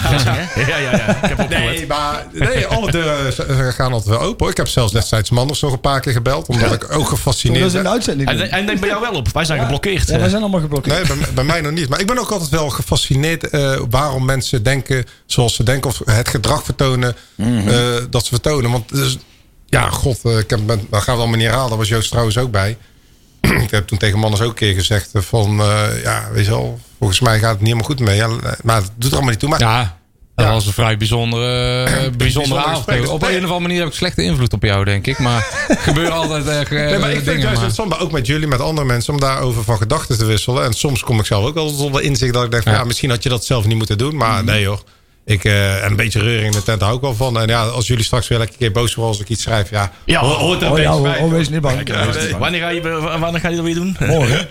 Ik heb ook
alle deuren gaan altijd wel open. Ik heb zelfs destijds Manders nog een paar keer gebeld. Omdat ik ook gefascineerd ben.
En denk bij jou wel op. Wij zijn geblokkeerd.
Ja, wij zijn allemaal geblokkeerd.
Nee, bij mij nog niet. Maar ik ben ook altijd wel gefascineerd waarom mensen denken zoals ze denken. Of het gedrag vertonen dat ze vertonen. Want ja, god, dat gaan we allemaal niet herhalen. Daar was Joost trouwens ook bij. Ik heb toen tegen Manders ook een keer gezegd van... weet je wel, volgens mij gaat het niet helemaal goed mee. Ja, maar het doet er allemaal niet toe. Maar,
dat was een vrij bijzondere avond. Op een of andere manier heb ik slechte invloed op jou, denk ik. Maar er gebeuren altijd
maar ik vind het juist interessant, ook met jullie, met andere mensen... om daarover van gedachten te wisselen. En soms kom ik zelf ook wel tot inzicht dat ik denk... van, misschien had je dat zelf niet moeten doen. Maar nee hoor. En een beetje reuring in de tent hou ik wel van. En ja, als jullie straks weer lekker een keer boos worden als ik iets schrijf... hoort er een beetje bij.
Wees niet bang.
Wanneer ga je dat weer doen?
Morgen.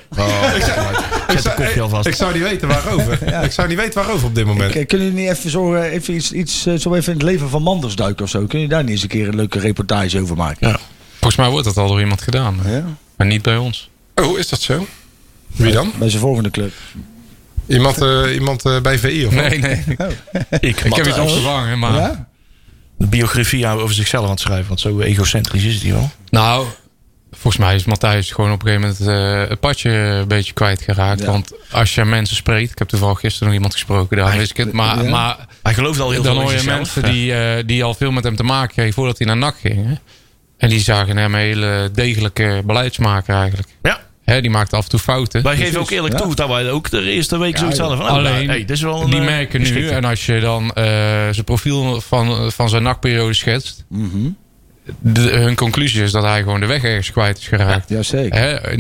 Zet de koffie alvast.
Ik zou niet weten waarover. Ik zou niet weten waarover op dit moment.
Kunnen jullie niet even zorgen, zo even in het leven van Manders duiken of zo? Kun je daar niet eens een keer een leuke reportage over maken?
Ja. Volgens mij wordt dat al door iemand gedaan. Ja. Maar niet bij ons.
Oh, is dat zo? Wie dan?
Bij zijn volgende club.
Iemand bij VI of
Nee. Ik heb iets opgevangen, maar... Ja?
De biografie over zichzelf aan het schrijven. Want zo egocentrisch is die wel.
Nou, volgens mij is Matthijs gewoon op een gegeven moment het padje een beetje kwijtgeraakt. Ja. Want als je mensen spreekt... Ik heb toevallig gisteren nog iemand gesproken. Daar wist ik het. Maar
hij gelooft al heel veel in zichzelf.
Dan hoor je mensen die al veel met hem te maken kregen... voordat hij naar NAC ging. Hè? En die zagen hem een hele degelijke beleidsmaker eigenlijk. Ja. Die maakt af en toe fouten.
Wij geven ook eerlijk toe dat wij ook de eerste week zoiets hadden van...
Alleen,
dit is wel
die merken nu... En als je dan zijn profiel van zijn NAC-periode schetst... hun conclusie is dat hij gewoon de weg ergens kwijt is geraakt.
Ja, zeker.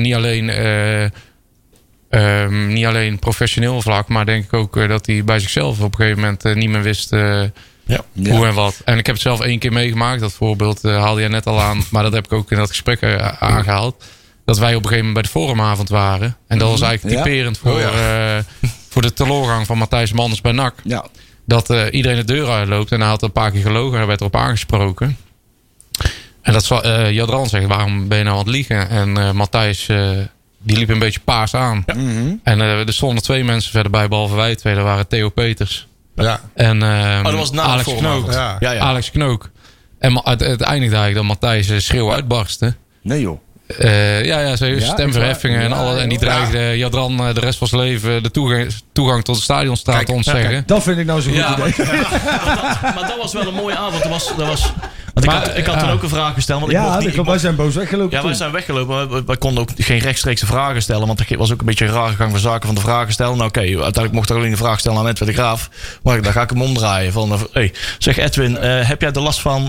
Niet alleen professioneel vlak... maar denk ik ook dat hij bij zichzelf op een gegeven moment niet meer wist... hoe en wat. En ik heb het zelf 1 keer meegemaakt. Dat voorbeeld haalde je net al aan. Maar dat heb ik ook in dat gesprek aangehaald. Dat wij op een gegeven moment bij de forumavond waren. En dat was eigenlijk typerend voor de teloorgang van Matthijs Manders bij NAC. Ja. Dat iedereen de deur uitloopt. En hij had een paar keer gelogen. Hij werd erop aangesproken. En dat Jadran zegt, waarom ben je nou aan het liegen? En Matthijs, die liep een beetje paars aan. Ja. En er stonden 2 mensen verder bij, behalve wij 2. Dat waren Theo Peters. Ja. En
dat was
Alex Knook. Ja. Alex Knook. En het eindigde eigenlijk dat Matthijs schreeuw uitbarstte.
Nee joh.
Stemverheffingen en alles. En die dreigde Jadran de rest van zijn leven de toegang tot de stadionstraat te ontzeggen.
Dat vind ik nou zo'n goed idee.
Maar dat was wel een mooie avond. Dat Want ik had toen ook een vraag gesteld. Want
wij zijn boos weggelopen.
Ja, wij zijn weggelopen. Maar wij konden ook geen rechtstreekse vragen stellen. Want er was ook een beetje een rare gang van zaken van de vragen stellen. Nou uiteindelijk mocht er alleen de vraag stellen aan Edwin de Graaf. Maar dan ga ik hem omdraaien. Zeg Edwin, heb jij de last van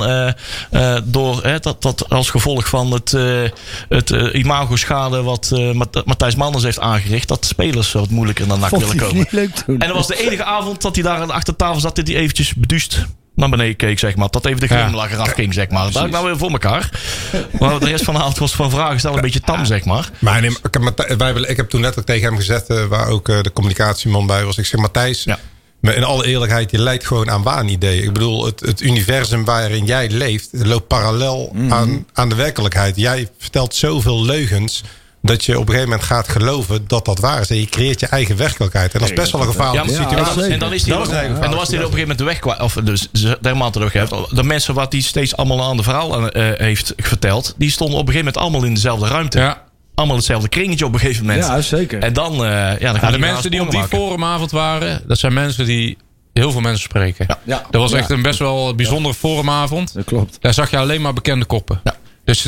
dat als gevolg van het imago-schade wat Matthijs Manders heeft aangericht, dat spelers wat moeilijker dan NAC willen komen? En dat was de enige avond dat hij daar achter tafel zat, dat hij eventjes beduust naar beneden keek, zeg maar. Dat even de glimlach eraf ging, zeg maar. Dat had ik nou weer voor elkaar. Maar de rest van de avond was van vragen stellen een beetje tam, zeg maar.
Maar nee, ik heb toen net ook tegen hem gezegd, waar ook de communicatieman bij was. Ik zeg, Matthijs, maar in alle eerlijkheid, je lijkt gewoon aan waanideeën. Ik bedoel, het universum waarin jij leeft, loopt parallel aan de werkelijkheid. Jij vertelt zoveel leugens dat je op een gegeven moment gaat geloven dat waar is. En je creëert je eigen werkelijkheid. En dat is best wel een gevaarlijke situatie.
En dan was hij op een gegeven moment de weg kwijt. Of dus dermate de weg heeft. De mensen wat die steeds allemaal aan de verhaal heeft verteld, die stonden op een gegeven moment allemaal in dezelfde ruimte. Ja. Allemaal hetzelfde kringetje op een gegeven moment.
Ja, zeker.
En dan
de mensen die op die forumavond waren, dat zijn mensen die heel veel mensen spreken.
Ja.
Dat was echt een best wel bijzondere forumavond.
Dat klopt.
Daar zag je alleen maar bekende koppen. Ja. Dus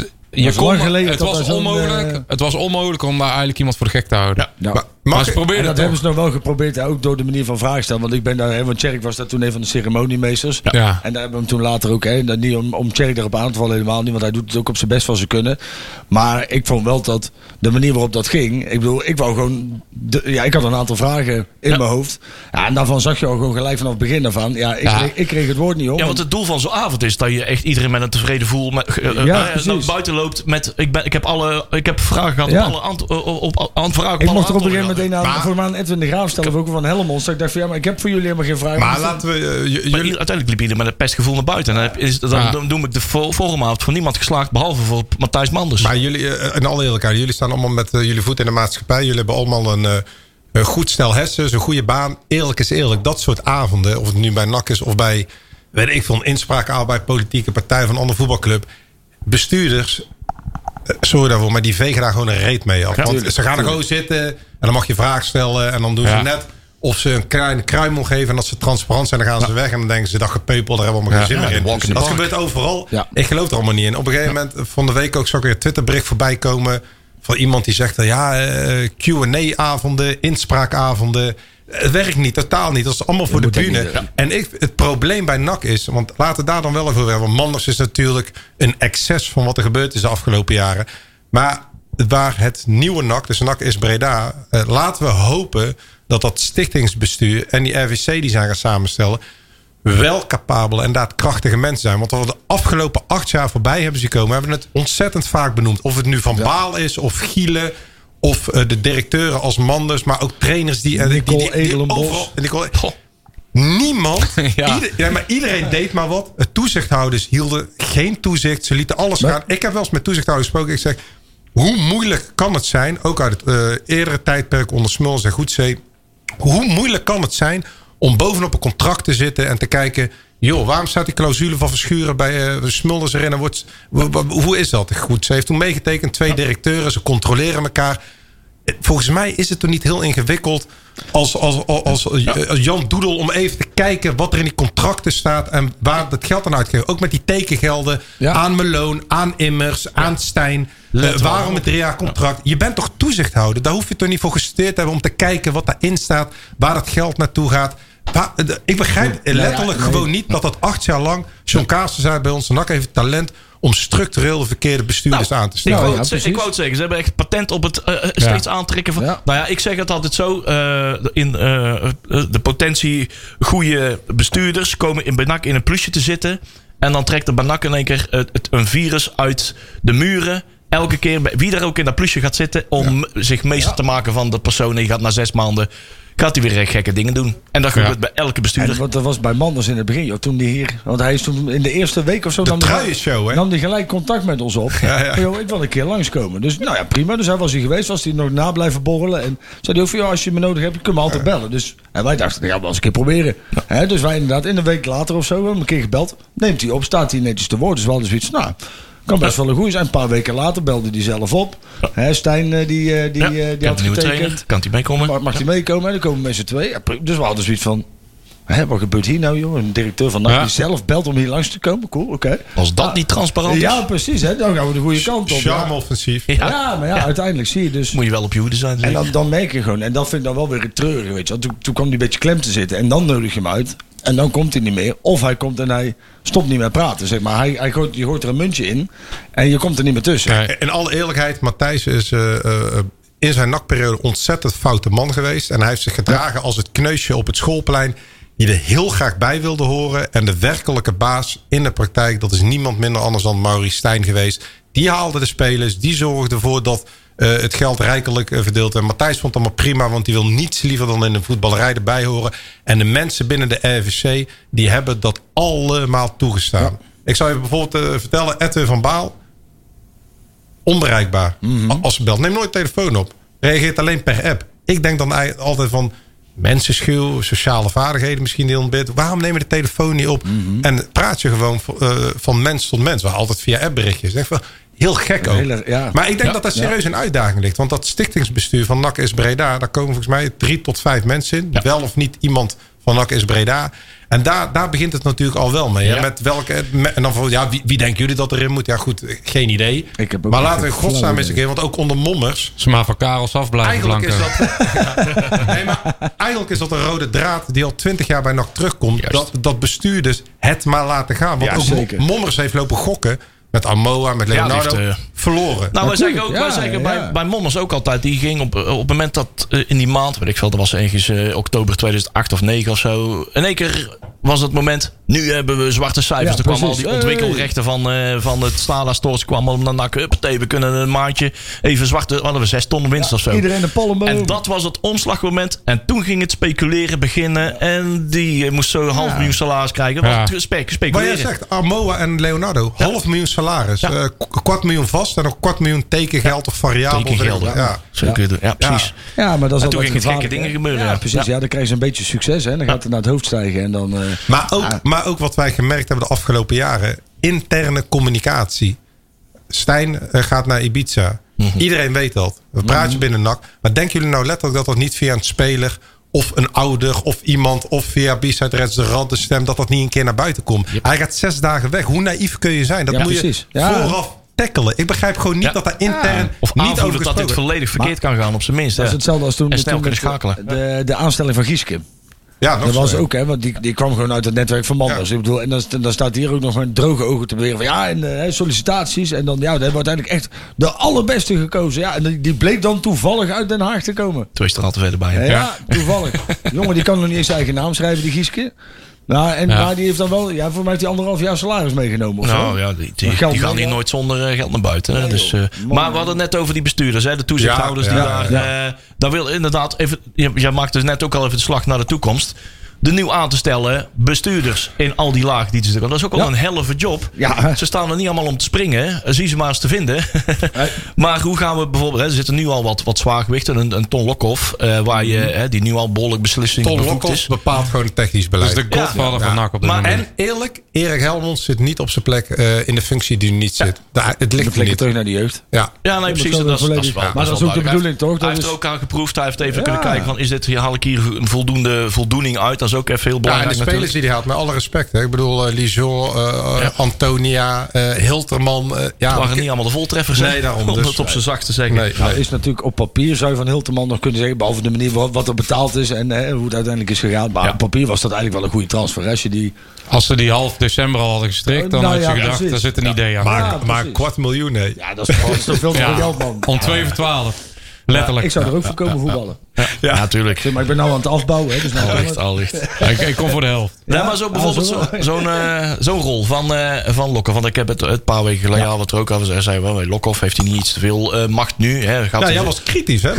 het was onmogelijk om daar eigenlijk iemand voor de gek te houden.
Ja. Maar ze probeerden dat hebben ze nog wel geprobeerd, ook door de manier van vragen stellen. Want ik ben daar, want Tjerk was daar toen een van de ceremoniemeesters. Ja. En daar hebben we hem toen later ook, niet om Tjerk erop aan te vallen helemaal niet, want hij doet het ook op zijn best van zijn kunnen. Maar ik vond wel dat de manier waarop dat ging, ik bedoel, ik wou gewoon, ik had een aantal vragen in mijn hoofd. Ja, en daarvan zag je al gewoon gelijk vanaf het begin ervan. Ja, ik kreeg het woord niet op.
Ja, want het doel van zo'n avond is dat je echt iedereen met een tevreden voel buiten loopt met, ik heb vragen gehad op alle vragen.
Ik mocht er op een gegeven moment voor mij aan Edwin de Graaf stellen, ook van Helmond. Ik dacht van maar ik heb voor jullie helemaal geen vragen.
Maar laten we...
uiteindelijk liep iedereen met een pestgevoel naar buiten. En dan noem ik de forumavond van niemand geslaagd, behalve voor Matthijs Manders.
Maar jullie, in alle eerlijkheid, jullie staan allemaal met jullie voet in de maatschappij. Jullie hebben allemaal een goed stel hersens, een goede baan. Eerlijk is eerlijk, dat soort avonden, of het nu bij NAC is of bij, weet ik veel, een inspraak bij politieke partij van een andere voetbalclub. Bestuurders, sorry daarvoor, maar die vegen daar gewoon een reet mee af. Want ze gaan er gewoon zitten en dan mag je vragen stellen. En dan doen ze net of ze een kleine kruimel geven. En als ze transparant zijn, dan gaan ze weg. En dan denken ze, dat gepeupel, daar hebben we allemaal geen zin meer in. Dat gebeurt overal. Ja. Ik geloof er allemaal niet in. Op een gegeven moment, van de week ook, zag ik weer een Twitterbericht voorbij komen van iemand die zegt, Q&A-avonden, inspraakavonden. Het werkt niet, totaal niet. Dat is allemaal voor de bühne. En het probleem bij NAC is, want laten we daar dan wel even over hebben. Want Manders is natuurlijk een excess van wat er gebeurd is de afgelopen jaren. Maar waar het nieuwe NAC, dus NAC is Breda, laten we hopen dat stichtingsbestuur en die RVC die zijn gaan samenstellen, wel capabele en daadkrachtige mensen zijn. Want wat we de afgelopen 8 jaar voorbij hebben zien komen, hebben we het ontzettend vaak benoemd. Of het nu Van Baal is, of Gielen, of de directeuren als Manders, maar ook trainers die overal. Niemand. Maar iedereen deed maar wat. De toezichthouders hielden geen toezicht. Ze lieten alles gaan. Ik heb wel eens met toezichthouders gesproken. Ik zeg, hoe moeilijk kan het zijn, ook uit het eerdere tijdperk onder Smulders en Goedzee, hoe moeilijk kan het zijn om bovenop een contract te zitten en te kijken, joh, waarom staat die clausule van Verschuren bij Smulders erin? En hoe is dat? Goed, ze heeft toen meegetekend, 2 directeuren, ze controleren elkaar. Volgens mij is het toch niet heel ingewikkeld als Jan Doedel om even te kijken wat er in die contracten staat en waar dat geld aan uitgeeft. Ook met die tekengelden aan Meloon, aan Immers, aan Stijn. Waarom het 3-jaar contract? Je bent toch toezichthouder? Daar hoef je toch niet voor gestudeerd te hebben om te kijken wat daarin staat, waar dat geld naartoe gaat. Ik begrijp letterlijk gewoon niet dat 8 jaar lang John Kaarsen zei bij ons, NAC heeft talent om structureel de verkeerde bestuurders aan te stellen.
Ik wou het zeggen. Ze hebben echt patent op het steeds aantrekken van. Ja. Nou ja, ik zeg het altijd zo. In de potentie goede bestuurders komen bij NAC in een plusje te zitten. En dan trekt er bij NAC in één keer een virus uit de muren. Elke keer, wie er ook in dat plusje gaat zitten om zich meester te maken van de persoon. Die gaat na 6 maanden. Gaat hij weer gekke dingen doen. En dat gebeurt bij elke bestuurder.
En dat was bij Manders in het begin. Toen die hier, want hij is toen in de eerste week of zo.
De truienshow, hè?
Nam hij gelijk contact met ons op. Joh, ik wil een keer langskomen. Dus nou ja, prima. Dus hij was hier geweest. Was hij nog na blijven borrelen. En zei hij ook van, als je me nodig hebt, kun je me altijd bellen. Dus, en wij dachten, dat gaan we eens een keer proberen. Dus wij inderdaad in een week later of zo hebben een keer gebeld. Neemt hij op, staat hij netjes te woord. Dus we hadden zoiets, kan best wel een goeie zijn. Een paar weken later belde hij zelf op. Stijn die had getekend.
Kan hij meekomen?
Mag hij meekomen? Dan komen we met z'n 2. Dus we hadden zoiets van, Wat gebeurt hier nou, joh? Een directeur van NAC die zelf belt om hier langs te komen. Cool, oké.
Als dat niet transparant is.
Ja, precies. Hè? Dan gaan we de goede kant op.
Charme-offensief.
Ja, maar uiteindelijk zie je dus...
Moet je wel op je hoede zijn.
En dan merk je gewoon... En dat vind ik dan wel weer het treurige, weet je. Toen kwam hij een beetje klem te zitten. En dan nodig je hem uit. En dan komt hij niet meer. Of hij komt en hij stopt niet meer praten, zeg maar. Je gooit er een muntje in. En je komt er niet meer tussen.
Nee. In alle eerlijkheid, Matthijs is... in zijn NAC-periode ontzettend foute man geweest. En hij heeft zich gedragen als het kneusje op het schoolplein... die er heel graag bij wilde horen. En de werkelijke baas in de praktijk... dat is niemand minder anders dan Maurice Stijn geweest. Die haalde de spelers. Die zorgde ervoor dat het geld rijkelijk verdeeld werd. Matthijs vond het allemaal prima... want die wil niets liever dan in de voetballerij erbij horen. En de mensen binnen de RVC... die hebben dat allemaal toegestaan. Ja. Ik zou je bijvoorbeeld vertellen... Edwin van Baal... onbereikbaar. Als ze belt. Neem nooit de telefoon op. Reageert alleen per app. Ik denk dan altijd van... mensenschuw, sociale vaardigheden misschien heel ontbit. Waarom neem je de telefoon niet op? En praat je gewoon van mens tot mens. Wel altijd via appberichtjes. Ik denk van, heel gek ook. Maar ik denk dat dat serieus een uitdaging ligt. Want dat stichtingsbestuur van NAC is Breda... daar komen volgens mij 3 tot 5 mensen in. Wel of niet iemand van NAC is Breda. En daar begint het natuurlijk al wel mee. Ja. Met welke, en dan van, wie denken jullie dat erin moet? Ja goed, geen idee. Maar laten we in godsnaam eens een keer... want ook onder mommers...
Ze maar van Karels af blijven
eigenlijk eigenlijk is dat een rode draad... die al 20 jaar bij NAC terugkomt. Dat bestuurders het maar laten gaan. Want ook zeker. Mommers heeft lopen gokken... met Amoa, met Leonardo, verloren.
Nou, wij zeggen bij Mommers ook altijd... die ging op het moment dat in die maand... weet ik veel, dat was ergens oktober 2008 of 9 of zo... in één keer was het moment... nu hebben we zwarte cijfers. Er kwamen al die ontwikkelrechten van het Stala Stores... kwamen om naar NAC. We kunnen een maandje even zwarte... hadden we 6 ton winst of zo.
Iedereen de pollen boven.
En dat was het omslagmoment. En toen ging het speculeren beginnen... en die moest zo $500.000 salaris krijgen. Dat was het speculeren.
Maar jij zegt Amoa en Leonardo... $500.000 salaris. Ja. $250.000 vast en nog $250.000 tekengeld of variabel.
Tekengeld, ja, precies.
Ja, maar dat is
en toen gingen gekke dingen gebeuren.
Ja, precies. Ja, dan krijg je een beetje succes. Hè. Dan gaat het naar het hoofd stijgen. En dan,
maar ook wat wij gemerkt hebben de afgelopen jaren. Interne communicatie. Stijn gaat naar Ibiza. Iedereen weet dat. We praten binnen NAC. Maar denken jullie nou letterlijk dat niet via een speler... of een ouder of iemand of via B-side restaurant de stem... dat niet een keer naar buiten komt? Yep. Hij gaat 6 dagen weg. Hoe naïef kun je zijn? Dat moet je vooraf tackelen. Ik begrijp gewoon niet dat daar intern
of
niet over
dat dit volledig verkeerd kan gaan op zijn minst.
Dat is hetzelfde als toen
en snel kunnen schakelen.
De aanstelling van Gieske.
Ja,
dat was ook, hè, want die kwam gewoon uit het netwerk van Manders. Ja. Ik bedoel, en dan staat hier ook nog met droge ogen te beweren van en sollicitaties. En dan, we hebben uiteindelijk echt de allerbeste gekozen. Ja, en die bleek dan toevallig uit Den Haag te komen.
Toen is er altijd verder bij.
Ja, toevallig. Jongen, die kan nog niet eens zijn eigen naam schrijven, die Gieske. Nou, maar die heeft dan wel... Ja, voor mij heeft hij 1,5 jaar salaris meegenomen. Of
nou ja, die gaan hier nooit zonder geld naar buiten. Nee, dus, maar we hadden het net over die bestuurders. Hè, de toezichthouders die daar... Daar wil inderdaad even... Jij maakt dus net ook al even de slag naar de toekomst. De nieuw aan te stellen bestuurders in al die lagen. Dat is ook al een helve job. Ja. Ze staan er niet allemaal om te springen. Zie ze maar eens te vinden. Maar hoe gaan we bijvoorbeeld... er zitten nu al wat zwaargewichten. Een Ton Lokhoff. Waar je die nu al behoorlijk beslissingen
Ton Lokhoff bepaalt gewoon het technisch beleid.
Dat is de godvader van NAC op dit moment.
En eerlijk, Erik Helmonds zit niet op zijn plek in de functie die nu niet zit. Het ligt niet.
Terug naar de jeugd.
Ja, nee, precies. Dat is wel,
maar dat is ook de bedoeling, toch?
Hij heeft er ook aan geproefd. Hij heeft even kunnen kijken van... haal ik hier een voldoende voldoening uit? Dat is ook even heel belangrijk.
En de spelers die hij had, met alle respect. Hè. Ik bedoel, Lijon, Antonia, Hilterman.
Het waren niet allemaal de voltreffers.
Nee, daarom.
Om het op zijn zacht te zeggen.
Nee. Nou, is natuurlijk op papier zou je van Hilterman nog kunnen zeggen. Behalve de manier wat er betaald is en hoe het uiteindelijk is gegaan. Maar op papier was dat eigenlijk wel een goede transfer.
Als ze die half december al hadden gestrikt, dan had je gedacht, daar zit een idee aan.
Maar $250.000, nee.
Ja, dat is toch veel te veel geld, man.
Om 2 voor 12. Letterlijk.
Ik zou er ook voor komen voetballen.
Ja, natuurlijk.
Maar ik ben nou aan het afbouwen. Hè, dus nou
allicht.
Ik kom voor de helft.
Ja, maar zo bijvoorbeeld zo'n rol van Lokhoff. Want ik heb het een paar weken geleden wat er ook al zei. Wel, Lokhoff heeft hij niet iets te veel macht nu. Hè,
jij was kritisch, hè?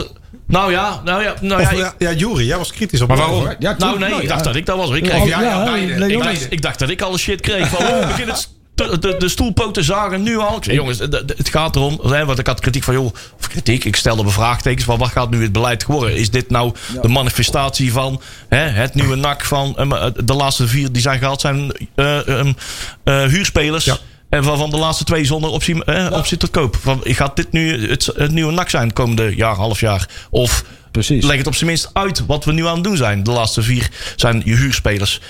Juri, jij was kritisch op.
Maar waarom? Ik dacht dat ik dat was. Ik dacht dat ik alle shit kreeg. Van, begin het de stoelpoten zagen nu al. Ik zei, jongens, het gaat erom. Want ik had kritiek van, ik stelde bevraagtekens van wat gaat nu het beleid worden? Is dit nou de manifestatie van het nieuwe NAC van de laatste 4 die zijn gehaald zijn huurspelers? Ja. En van de laatste 2 zonder optie tot koop. Gaat dit nu het nieuwe NAC zijn komende half jaar? Of
precies.
Leg het op zijn minst uit wat we nu aan het doen zijn. De laatste 4 zijn je huurspelers.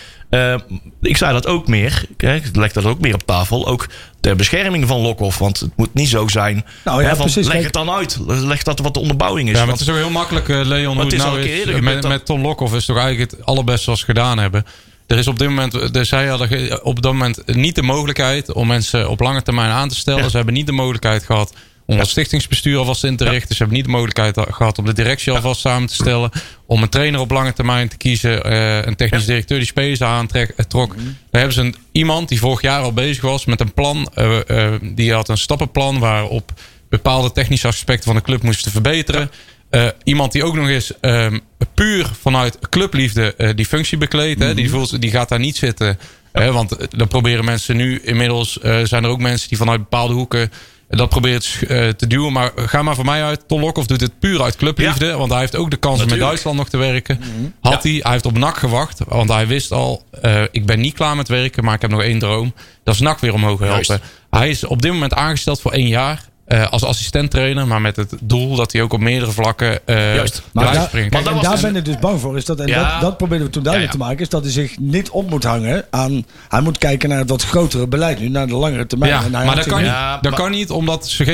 Ik zei dat ook meer. Ik leg dat ook meer op tafel. Ook ter bescherming van Lokhoff. Want het moet niet zo zijn.
Nou ja, precies.
Leg het dan uit. Leg dat wat de onderbouwing is.
Ja, maar het is ook heel makkelijk, Leon, hoe het nou is. Met Ton Lokhoff is toch eigenlijk het allerbeste wat ze gedaan hebben. Er is op dit moment, zij hadden op dat moment niet de mogelijkheid om mensen op lange termijn aan te stellen. Ja. Ze hebben niet de mogelijkheid gehad om het stichtingsbestuur alvast in te richten. Ze hebben niet de mogelijkheid gehad om de directie alvast samen te stellen. Om een trainer op lange termijn te kiezen. Een technisch directeur die spelers aantrok. Daar hebben ze iemand die vorig jaar al bezig was met een plan. Die had een stappenplan waarop bepaalde technische aspecten van de club moesten verbeteren. Iemand die ook nog eens puur vanuit clubliefde die functie bekleedt. Die gaat daar niet zitten. Want dan proberen mensen nu inmiddels. Zijn er ook mensen die vanuit bepaalde hoeken dat probeert te duwen. Maar ga maar voor mij uit. Ton Lokhoff doet het puur uit clubliefde. Ja. Want hij heeft ook de kans om met Duitsland nog te werken. Hij heeft op NAC gewacht. Want hij wist al, ik ben niet klaar met werken. Maar ik heb nog 1 droom. Dat is NAC weer omhoog helpen. Juist. Hij is op dit moment aangesteld voor 1 jaar. Als assistent-trainer, maar met het doel dat hij ook op meerdere vlakken blijft springen.
Kijk, en daar ben ik dus bang voor. Is dat, en dat probeerden we toen duidelijk te maken. Is dat hij zich niet op moet hangen aan. Hij moet kijken naar het wat grotere beleid nu, naar de langere termijn.
Ja, maar dat kan niet, omdat ze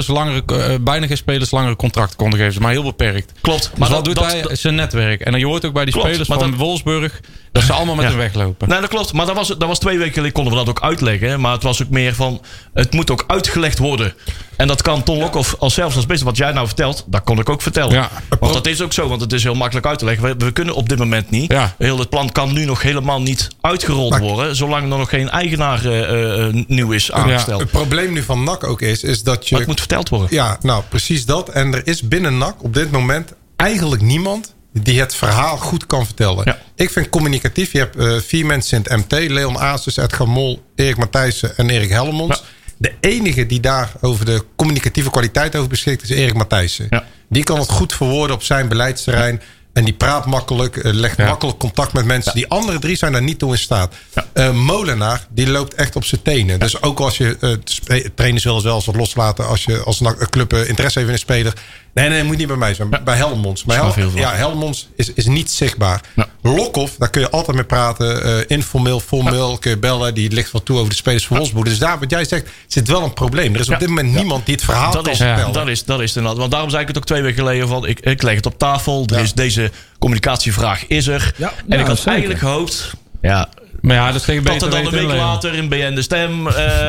bijna geen spelers langere contracten konden geven. Maar heel beperkt.
Klopt.
Dus maar wat doet hij? Zijn netwerk. En dan je hoort ook bij die spelers van Wolfsburg dat ze allemaal met hem weglopen.
Nee, dat klopt. Maar dat was 2 weken geleden, konden we dat ook uitleggen. Maar het was ook meer van, het moet ook uitgelegd worden. En dat kan Ton Lokhoff als beste. Wat jij nou vertelt, dat kon ik ook vertellen. Ja. Want dat is ook zo, want het is heel makkelijk uit te leggen. We kunnen op dit moment niet. Ja. Heel het plan kan nu nog helemaal niet uitgerold worden. Zolang er nog geen eigenaar nieuw is aangesteld.
Ja, het probleem nu van NAC ook is dat je...
Maar het moet verteld worden.
Ja, nou precies dat. En er is binnen NAC op dit moment eigenlijk niemand die het verhaal goed kan vertellen. Ja. Ik vind communicatief. Je hebt 4 mensen in het MT. Leon Asus, Edgar Mol, Erik Matthijssen en Erik Hellemons. Ja. De enige die daar over de communicatieve kwaliteit over beschikt is Erik Matthijssen. Ja. Die kan het goed verwoorden op zijn beleidsterrein. Ja. En die praat makkelijk, legt makkelijk contact met mensen. Die andere 3 zijn daar niet toe in staat. Ja. Molenaar, die loopt echt op zijn tenen. Ja. Dus ook als je trainers willen zelfs wat loslaten. Als een club interesse heeft in een speler. Nee, moet niet bij mij zijn. Ja. Bij Helmons. Helmons is niet zichtbaar. Ja. Lokhoff, daar kun je altijd mee praten. Informeel, formeel, kun je bellen. Die ligt wel toe over de spelers van Wolfsburg. Dus daar, wat jij zegt, zit wel een probleem. Er is op dit moment niemand die het verhaal kan vertellen.
Dat is inderdaad. Want daarom zei ik het ook 2 weken geleden. Van, ik leg het op tafel. Er is deze communicatievraag is er. Ja, en ik had eigenlijk gehoopt... Ja,
maar ja, dat is
dat er dan een week later in BN De Stem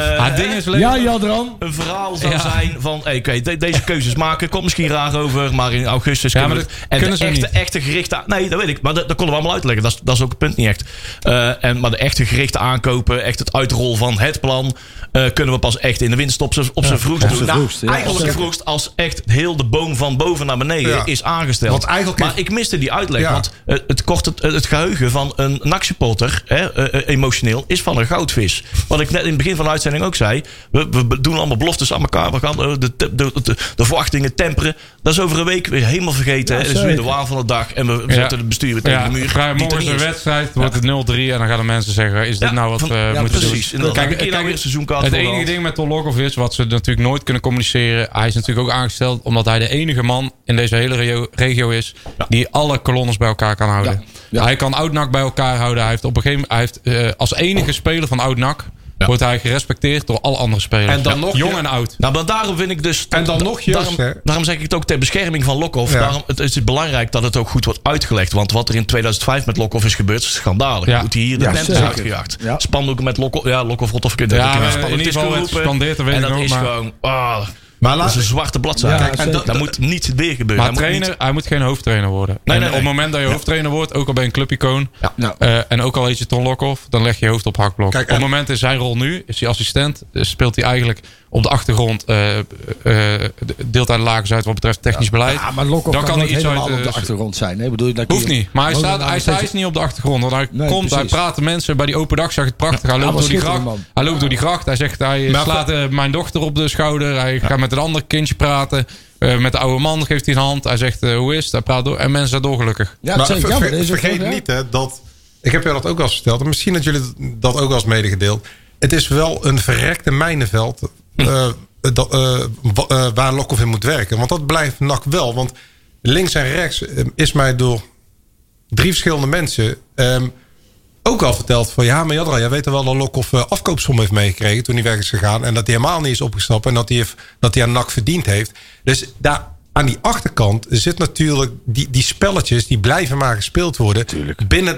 Jadran.
een verhaal zou zijn van... deze keuzes maken, komt misschien raar over... maar in augustus kunnen de echte gerichte... Nee, dat weet ik, maar dat konden we allemaal uitleggen. Dat is ook het punt niet echt. Maar de echte gerichte aankopen... echt het uitrollen van het plan... kunnen we pas echt in de winst op zijn vroegst doen. Eigenlijk vroegst als echt heel de boom van boven naar beneden is aangesteld. Maar ik miste die uitleg. Ja. Want het geheugen van een NAC-supporter... emotioneel, is van een goudvis. Wat ik net in het begin van de uitzending ook zei. We doen allemaal beloftes aan elkaar. We gaan de verwachtingen temperen. Dat is over een week weer helemaal vergeten. Ja, het is weer de waan van de dag. En we zetten het bestuur weer tegen de muur.
Morgen is een wedstrijd, wordt het 0-3. En dan gaan de mensen zeggen, is dit nou wat we moeten doen? Kijk, het enige ding met Ton Lokhoff is, wat ze natuurlijk nooit kunnen communiceren. Hij is natuurlijk ook aangesteld, omdat hij de enige man in deze hele regio is, die alle kolonnes bij elkaar kan houden. Ja. Hij kan Oud-NAC bij elkaar houden. Hij heeft op een gegeven moment, als enige speler van Oud-NAC wordt hij gerespecteerd door alle andere spelers. En dan nog jong en oud.
Nou, maar daarom vind ik dus...
En dan nog
daarom zeg ik het ook ter bescherming van Lokhoff. Ja. Het is belangrijk dat het ook goed wordt uitgelegd. Want wat er in 2005 met Lokhoff is gebeurd, is schandalig. Ja. Moet hij hier de tent is uitgejaagd. Ja. Spandoeken met Lokhoff. Ja, Lokhoff Rothoff.
In ieder geval het gespandeerd.
En dat is gewoon... Maar dat is een zwarte bladzijde.
Ja,
en dat moet niet weer gebeuren.
Maar hij moet geen hoofdtrainer worden. Nee. Op het moment dat je hoofdtrainer wordt, ook al ben je een clubicoon. En ook al heet je Ton Lokhoff, dan leg je je hoofd op hakblok. Op het moment is zijn rol nu, is hij assistent. Speelt hij eigenlijk op de achtergrond, deelt hij de lakens uit wat betreft technisch beleid.
Ja, maar Lokhoff kan niet helemaal op de achtergrond zijn. Nee, bedoel je,
hoeft niet. Maar hij is niet op de achtergrond. Want hij praat de mensen bij die open dag, zag het prachtig. Hij loopt door die gracht. Hij loopt door die gracht. Hij zegt, hij slaat mijn dochter op de schouder. Hij gaat met een ander kindje praten. Met de oude man geeft hij een hand. Hij zegt, hoe is het? Hij praat door. En mensen zijn doorgelukkig.
Ja, vergeet niet dat... Ik heb jou dat ook wel eens verteld. En misschien dat jullie dat ook wel eens medegedeeld. Het is wel een verrekte mijnenveld... waar Lokhoff in moet werken. Want dat blijft NAC wel. Want links en rechts is mij door 3 verschillende mensen ook al verteld van... ja, maar Jadran, jij weet er wel dat Lokhoff afkoopsom heeft meegekregen... toen hij weg is gegaan en dat hij helemaal niet is opgestapt... en dat hij aan NAC verdiend heeft. Dus daar aan die achterkant zit natuurlijk... die spelletjes die blijven maar gespeeld worden... binnen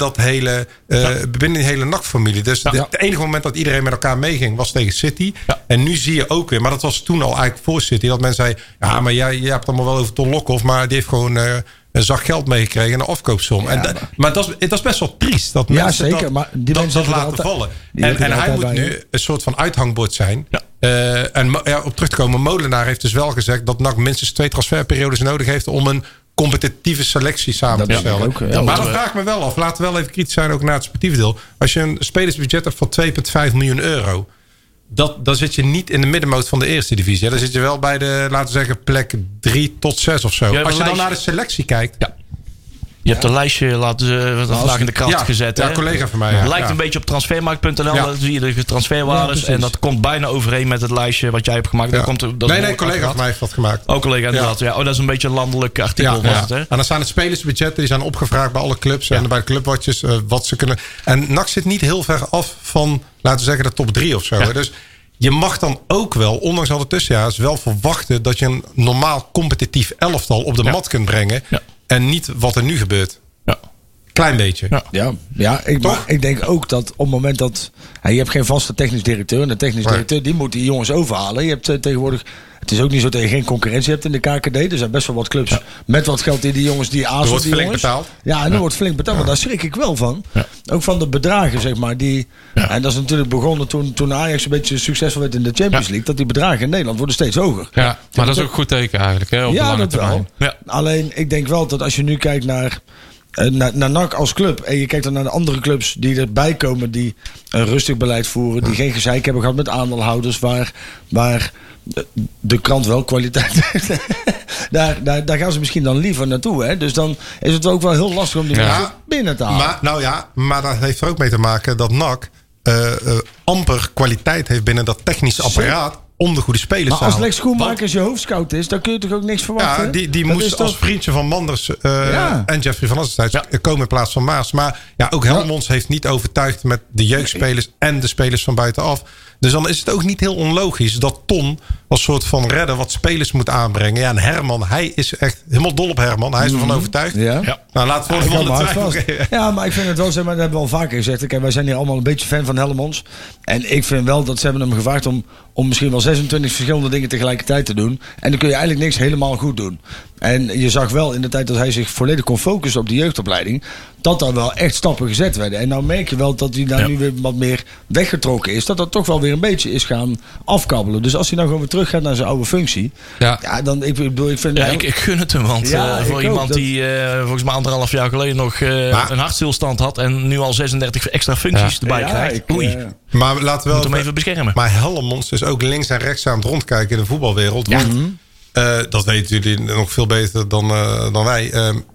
binnen die hele NAC-familie. Dus het enige moment dat iedereen met elkaar meeging was tegen City. Ja. En nu zie je ook weer, maar dat was toen al eigenlijk voor City... dat men zei, ja, maar jij hebt het allemaal wel over Ton Lokhoff... maar die heeft gewoon... een zak geld meegekregen en een afkoopsom. Ja, maar dat is best wel triest. Dat mensen
zeker, maar die mensen
dat laten vallen. En hij moet nu een soort van uithangbord zijn. Ja. Op terug te komen, Molenaar heeft dus wel gezegd... dat NAC minstens 2 transferperiodes nodig heeft... om een competitieve selectie samen te stellen. Maar dat vraag ik me wel af. Laten we wel even kritisch zijn, ook naar het sportieve deel. Als je een spelersbudget hebt van 2,5 miljoen euro... Dan zit je niet in de middenmoot van de eerste divisie. Hè? Dan zit je wel bij de, laten we zeggen, plek 3 tot 6 of zo. Als je dan naar de selectie kijkt... Ja.
Je hebt een lijstje vandaag in de krant gezet.
Ja, een collega van mij. Ja.
Lijkt een beetje op transfermarkt.nl. Dan zie je de transferwaardes. En dat komt bijna overeen met het lijstje wat jij hebt gemaakt.
Ja. Nee, collega van mij heeft dat gemaakt.
Ook collega inderdaad. Ja. Oh, dat is een beetje een landelijk artikel. Ja. Het, hè?
En dan zijn het spelersbudgetten. Die zijn opgevraagd bij alle clubs. En bij de clubwatches wat ze kunnen. En NAC zit niet heel ver af van, laten we zeggen, de top 3 of zo. Ja. Dus je mag dan ook wel, ondanks al de tussenjaars, wel verwachten dat je een normaal competitief elftal op de mat kunt brengen. Ja. En niet wat er nu gebeurt. Ja. Klein beetje.
Ik denk ook dat op het moment dat... je hebt geen vaste technisch directeur. En de technisch directeur die moet die jongens overhalen. Je hebt tegenwoordig... Het is ook niet zo dat je geen concurrentie hebt in de KKD. Er zijn best wel wat clubs met wat geld die jongens die aanzetten.
Er wordt flink betaald.
Ja, en er wordt flink betaald. Maar daar schrik ik wel van. Ja. Ook van de bedragen, zeg maar. En dat is natuurlijk begonnen toen Ajax een beetje succesvol werd in de Champions League. Dat die bedragen in Nederland worden steeds hoger.
Ja, maar dat is ook een goed teken eigenlijk. Hè, op de lange termijn.
Ja. Alleen, ik denk wel dat als je nu kijkt naar NAC als club. En je kijkt dan naar de andere clubs die erbij komen. Die een rustig beleid voeren. Die geen gezeik hebben gehad met aandeelhouders. Waar de krant wel kwaliteit heeft. daar gaan ze misschien dan liever naartoe. Hè? Dus dan is het ook wel heel lastig om die mensen binnen te halen.
Maar dat heeft er ook mee te maken dat NAC amper kwaliteit heeft binnen dat technische apparaat. Om de goede spelers te halen.
Maar als Lex Schoenmakers je hoofdscout is, dan kun je toch ook niks verwachten?
Ja, die moest als vriendje van Manders en Jeffrey van Assenstein komen in plaats van Maas. Maar ook Helmonds heeft niet overtuigd met de jeugdspelers en de spelers van buitenaf. Dus dan is het ook niet heel onlogisch dat Ton als soort van redder wat spelers moet aanbrengen. Ja, en Herman, hij is echt helemaal dol op Herman. Hij is ervan overtuigd. Ja. Nou, laten we voor de twijfel.
Ja, maar ik vind het wel, zeg maar, dat hebben we al vaker gezegd. Kijk, wij zijn hier allemaal een beetje fan van Helmonds. En ik vind wel dat ze hebben hem gevraagd om misschien wel 26 verschillende dingen tegelijkertijd te doen. En dan kun je eigenlijk niks helemaal goed doen. En je zag wel in de tijd dat hij zich volledig kon focussen op de jeugdopleiding, dat daar wel echt stappen gezet werden. En nou merk je wel dat hij daar nu weer wat meer weggetrokken is. Dat dat toch wel weer een beetje is gaan afkabbelen. Dus als hij nou gewoon weer terug gaat naar zijn oude functie. Ja, dan ik vind...
Ja, ik gun het hem. Want voor iemand die volgens mij 1,5 jaar geleden nog een hartstilstand had. En nu al 36 extra functies erbij krijgt.
Maar laten we wel
hem even beschermen.
Maar Helmonds is ook links en rechts aan het rondkijken in de voetbalwereld. Want dat weten jullie nog veel beter dan wij.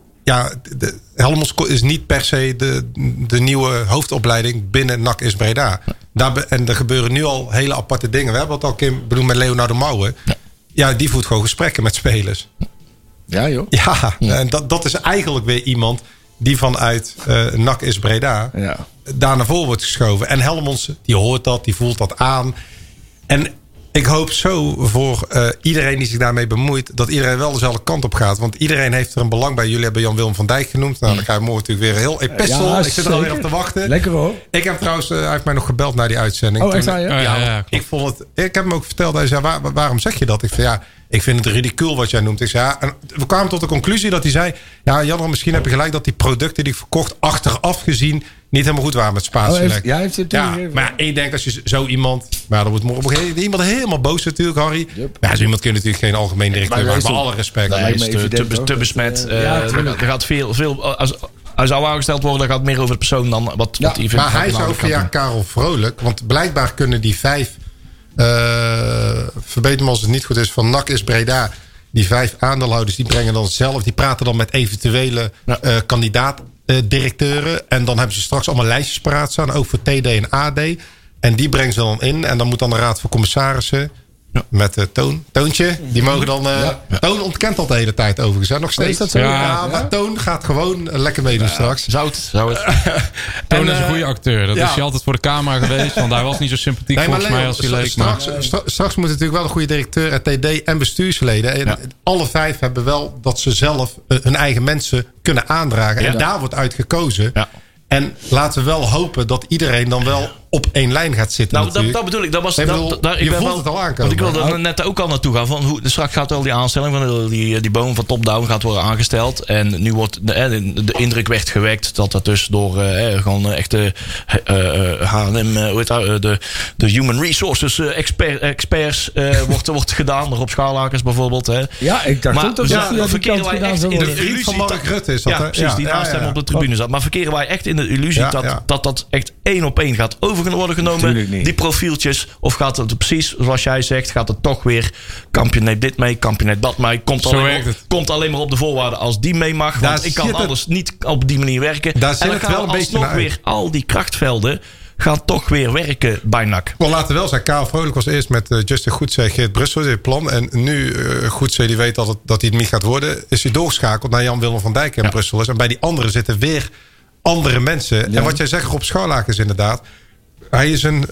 Helmonds is niet per se de nieuwe hoofdopleiding binnen NAC is Breda. En er gebeuren nu al hele aparte dingen. We hebben het al benoemd met Leonardo Mouwen. Ja, die voert gewoon gesprekken met spelers.
Ja, joh.
Ja, en dat is eigenlijk weer iemand die vanuit NAC is Breda daar naar voren wordt geschoven. En Helmonds, die hoort dat, die voelt dat aan. En ik hoop zo voor iedereen die zich daarmee bemoeit, dat iedereen wel dezelfde kant op gaat. Want iedereen heeft er een belang bij. Jullie hebben Jan-Willem van Dijk genoemd. Nou, dan ga je morgen natuurlijk weer heel epistel. Ik zit er alweer op te wachten.
Lekker hoor.
Ik heb trouwens, hij heeft mij nog gebeld naar die uitzending.
Oh, echt waar? Ja.
Ik heb hem ook verteld. Hij zei, waarom zeg je dat? Ik zei, ik vind het ridicuul wat jij noemt. Ik zei, en we kwamen tot de conclusie dat hij zei, Jan, misschien heb je gelijk dat die producten die ik verkocht achteraf gezien niet helemaal goed waren met spaatselect.
Heeft het
maar ik denk als je zo iemand, maar dan wordt morgen iemand helemaal boos natuurlijk, Harry. Yep. Maar zo iemand kun je natuurlijk geen algemeen directeur maken, met alle respect.
Hij is te besmet. Er gaat veel hij zou aangesteld worden, dan gaat het meer over de persoon dan wat hij vindt.
Maar hij zou via Karel Vrolijk, want blijkbaar kunnen die 5 verbeter me als het niet goed is, van NAC is Breda, die 5 aandeelhouders, die brengen dan zelf, die praten dan met eventuele kandidaat-directeuren. En dan hebben ze straks allemaal lijstjes paraat staan, ook voor TD en AD. En die brengen ze dan in. En dan moet dan de Raad van Commissarissen Met Toontje. Die mogen dan... Toon ontkent dat de hele tijd overigens. Hè? Nog steeds.
Is dat zo?
Ja, maar Toon gaat gewoon lekker meedoen straks.
Zou het.
Toon is een goede acteur. Dat is hij altijd voor de camera geweest. Want hij was niet zo sympathiek volgens mij als hij leek.
Straks moet natuurlijk wel een goede directeur, TD en bestuursleden. En alle 5 hebben wel dat ze zelf hun eigen mensen kunnen aandragen. En daar wordt uit gekozen. Ja. En laten we wel hopen dat iedereen dan wel op één lijn gaat zitten.
Nou, dat bedoel ik. Dat was,
je voelt het al aankomen.
Want ik wilde er net ook al naartoe gaan. Van straks gaat wel die aanstelling van die boom van top-down gaat worden aangesteld. En nu wordt de indruk werd gewekt dat dat dus door gewoon echte H&M, de Human Resources experts wordt gedaan. Rob Schalakers bijvoorbeeld. Hè.
Ja, ik dacht ook dat
verkeren wij echt in de illusie
van Mark Rutte is dat.
Ja, precies, die naast hem op de tribune zat. Maar verkeren wij echt in de illusie dat echt 1 op 1 gaat over worden genomen, die profieltjes, of gaat het precies zoals jij zegt, gaat het toch weer kampioen neemt dit mee, kampioen neemt dat mee, komt alleen maar op de voorwaarden als die mee mag, want ik kan anders niet op die manier werken.
Daar en dan gaan wel alsnog
weer al die krachtvelden gaan toch weer werken bij NAC.
Wel, laten we wel zijn, Karel Vrolijk was eerst met Justin Goedzee, Geert Brussel, dit plan. En nu Goedzee die weet dat hij het niet gaat worden, is hij doorgeschakeld naar Jan-Willem van Dijk in Brussel. En bij die anderen zitten weer andere mensen. Ja. En wat jij zegt, Rob Schalakers inderdaad. Hij is een,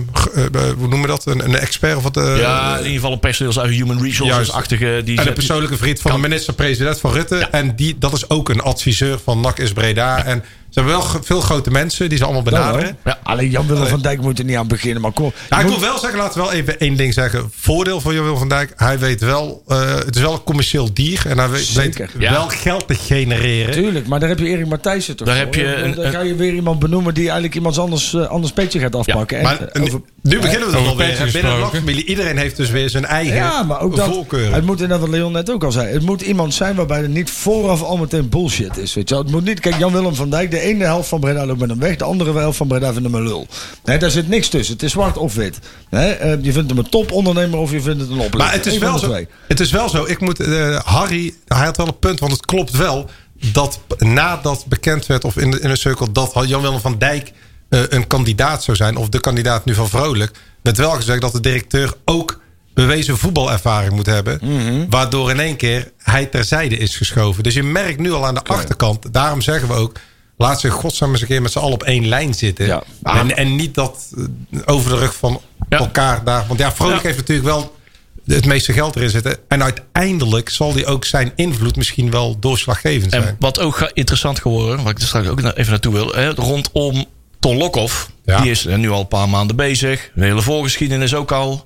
hoe noemen we dat? Een expert of wat?
Ja, in ieder geval een personeels uit Human Resources-achtige.
En een persoonlijke vriend van de minister-president van Rutte. Ja. En dat is ook een adviseur van NAC is Breda. Ja. En ze hebben wel veel grote mensen die ze allemaal benaderen.
Ja, alleen Jan-Willem van Dijk moet er niet aan beginnen. Maar kom.
Nou, ik wil wel zeggen, laten we wel even één ding zeggen. Voordeel van Jan-Willem van Dijk. Hij weet wel, het is wel een commercieel dier. En hij weet wel geld te genereren.
Tuurlijk, maar daar heb je Erik Matthijssen toch. Dan ga je weer iemand benoemen die eigenlijk iemand anders petje gaat afpakken.
Ja, maar nu beginnen we er alweer. Binnen de NAC-familie, iedereen heeft dus weer zijn eigen
maar ook voorkeuren. Het moet inderdaad wat Leon net ook al zei. Het moet iemand zijn waarbij er niet vooraf al meteen bullshit is. Weet je? Het moet niet, kijk, Jan-Willem van Dijk, de ene helft van Breda loopt met hem weg, de andere helft van Breda vindt hem een lul. Nee, daar zit niks tussen. Het is zwart of wit. Nee, je vindt hem een topondernemer of je vindt het een oplichter.
Maar het is wel zo. Ik moet Harry, hij had wel een punt, want het klopt wel dat nadat bekend werd of in een cirkel dat Jan-Willem van Dijk een kandidaat zou zijn, of de kandidaat nu van Vrolijk, werd wel gezegd dat de directeur ook bewezen voetbalervaring moet hebben. Mm-hmm. Waardoor in één keer hij terzijde is geschoven. Dus je merkt nu al aan de achterkant, daarom zeggen we ook, laat ze godsnaam eens een keer met z'n allen op één lijn zitten. Ja. En niet dat over de rug van elkaar daar. Want Vrolijk heeft natuurlijk wel het meeste geld erin zitten. En uiteindelijk zal die ook zijn invloed misschien wel doorslaggevend zijn.
En wat ook interessant geworden, wat ik er straks ook even naartoe wil, rondom Ton Lokhoff. Ja. Die is nu al een paar maanden bezig. De hele voorgeschiedenis ook al.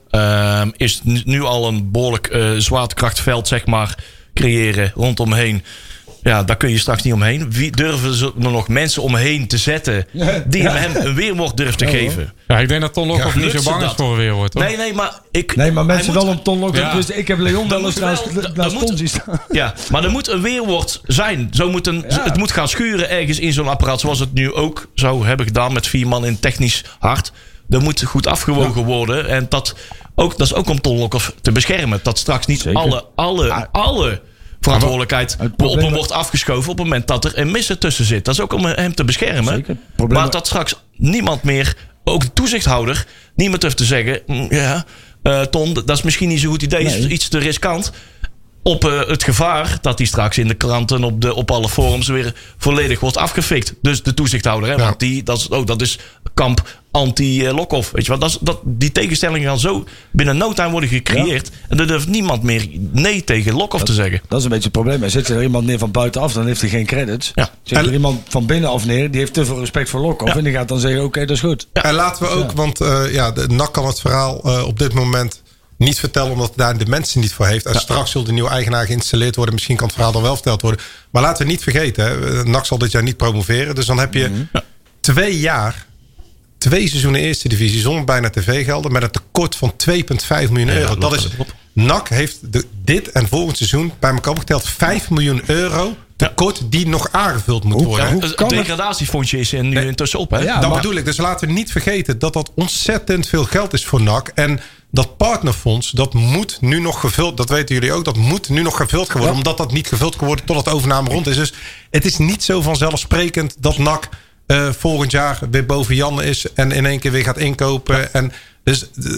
Is nu al een behoorlijk zwaartekrachtveld, zeg maar, creëren rondomheen. Ja, daar kun je straks niet omheen. Wie durven ze er nog mensen omheen te zetten die hem een weerwoord durft te geven?
Ja, ik denk dat Ton Lokhoff niet zo bang is voor een weerwoord. Hoor.
Nee,
maar mensen wel om Ton Lokhoff. Ja. Dus ik heb Leon wel eens naast Ton zien staan.
Ja, maar er moet een weerwoord zijn. Het moet gaan schuren ergens in zo'n apparaat, zoals het nu ook zou hebben gedaan met 4 man in technisch hart. Er moet goed afgewogen worden. En dat is ook om Ton Lokhoff te beschermen. Dat straks niet alle verantwoordelijkheid op hem wordt afgeschoven op het moment dat er een misser tussen zit. Dat is ook om hem te beschermen. Zeker. Maar dat straks niemand meer, ook de toezichthouder, niet meer durft te zeggen, Ton, dat is misschien niet zo'n goed idee, is iets te riskant. Op het gevaar dat hij straks in de kranten op alle forums weer volledig wordt afgefikt. Dus de toezichthouder, hè, want dat is kamp anti-Lokhoff. Weet je wat? Die tegenstellingen gaan zo binnen no time worden gecreëerd. Ja. En er durft niemand meer nee tegen Lokhoff te zeggen.
Dat is een beetje het probleem. Zit er iemand neer van buitenaf, dan heeft hij geen credits. Ja. Zit er iemand van binnenaf neer, die heeft te veel respect voor Lokhoff. En die gaat dan zeggen, oké, dat is goed.
Ja. En laten we ook, want de NAC kan het verhaal op dit moment niet vertellen, omdat daar de mensen niet voor heeft. En straks zal de nieuwe eigenaar geïnstalleerd worden. Misschien kan het verhaal dan wel verteld worden. Maar laten we niet vergeten, NAC zal dit jaar niet promoveren. Dus dan heb je 2 jaar, 2 seizoenen eerste divisie zonder bijna tv-gelden, met een tekort van 2,5 miljoen euro. Dat is, NAC heeft dit en volgend seizoen bij elkaar opgeteld 5 miljoen euro tekort die nog aangevuld moet worden.
Een degradatiefondsje is er nu intussen op. Hè?
Ja, dat bedoel ik. Dus laten we niet vergeten dat ontzettend veel geld is voor NAC. En dat partnerfonds, dat moet nu nog gevuld. Dat weten jullie ook. Dat moet nu nog gevuld worden. Ja. Omdat dat niet gevuld kan worden totdat de overname rond is. Dus het is niet zo vanzelfsprekend dat NAC volgend jaar weer boven Jan is. En in één keer weer gaat inkopen. Ja. En Dus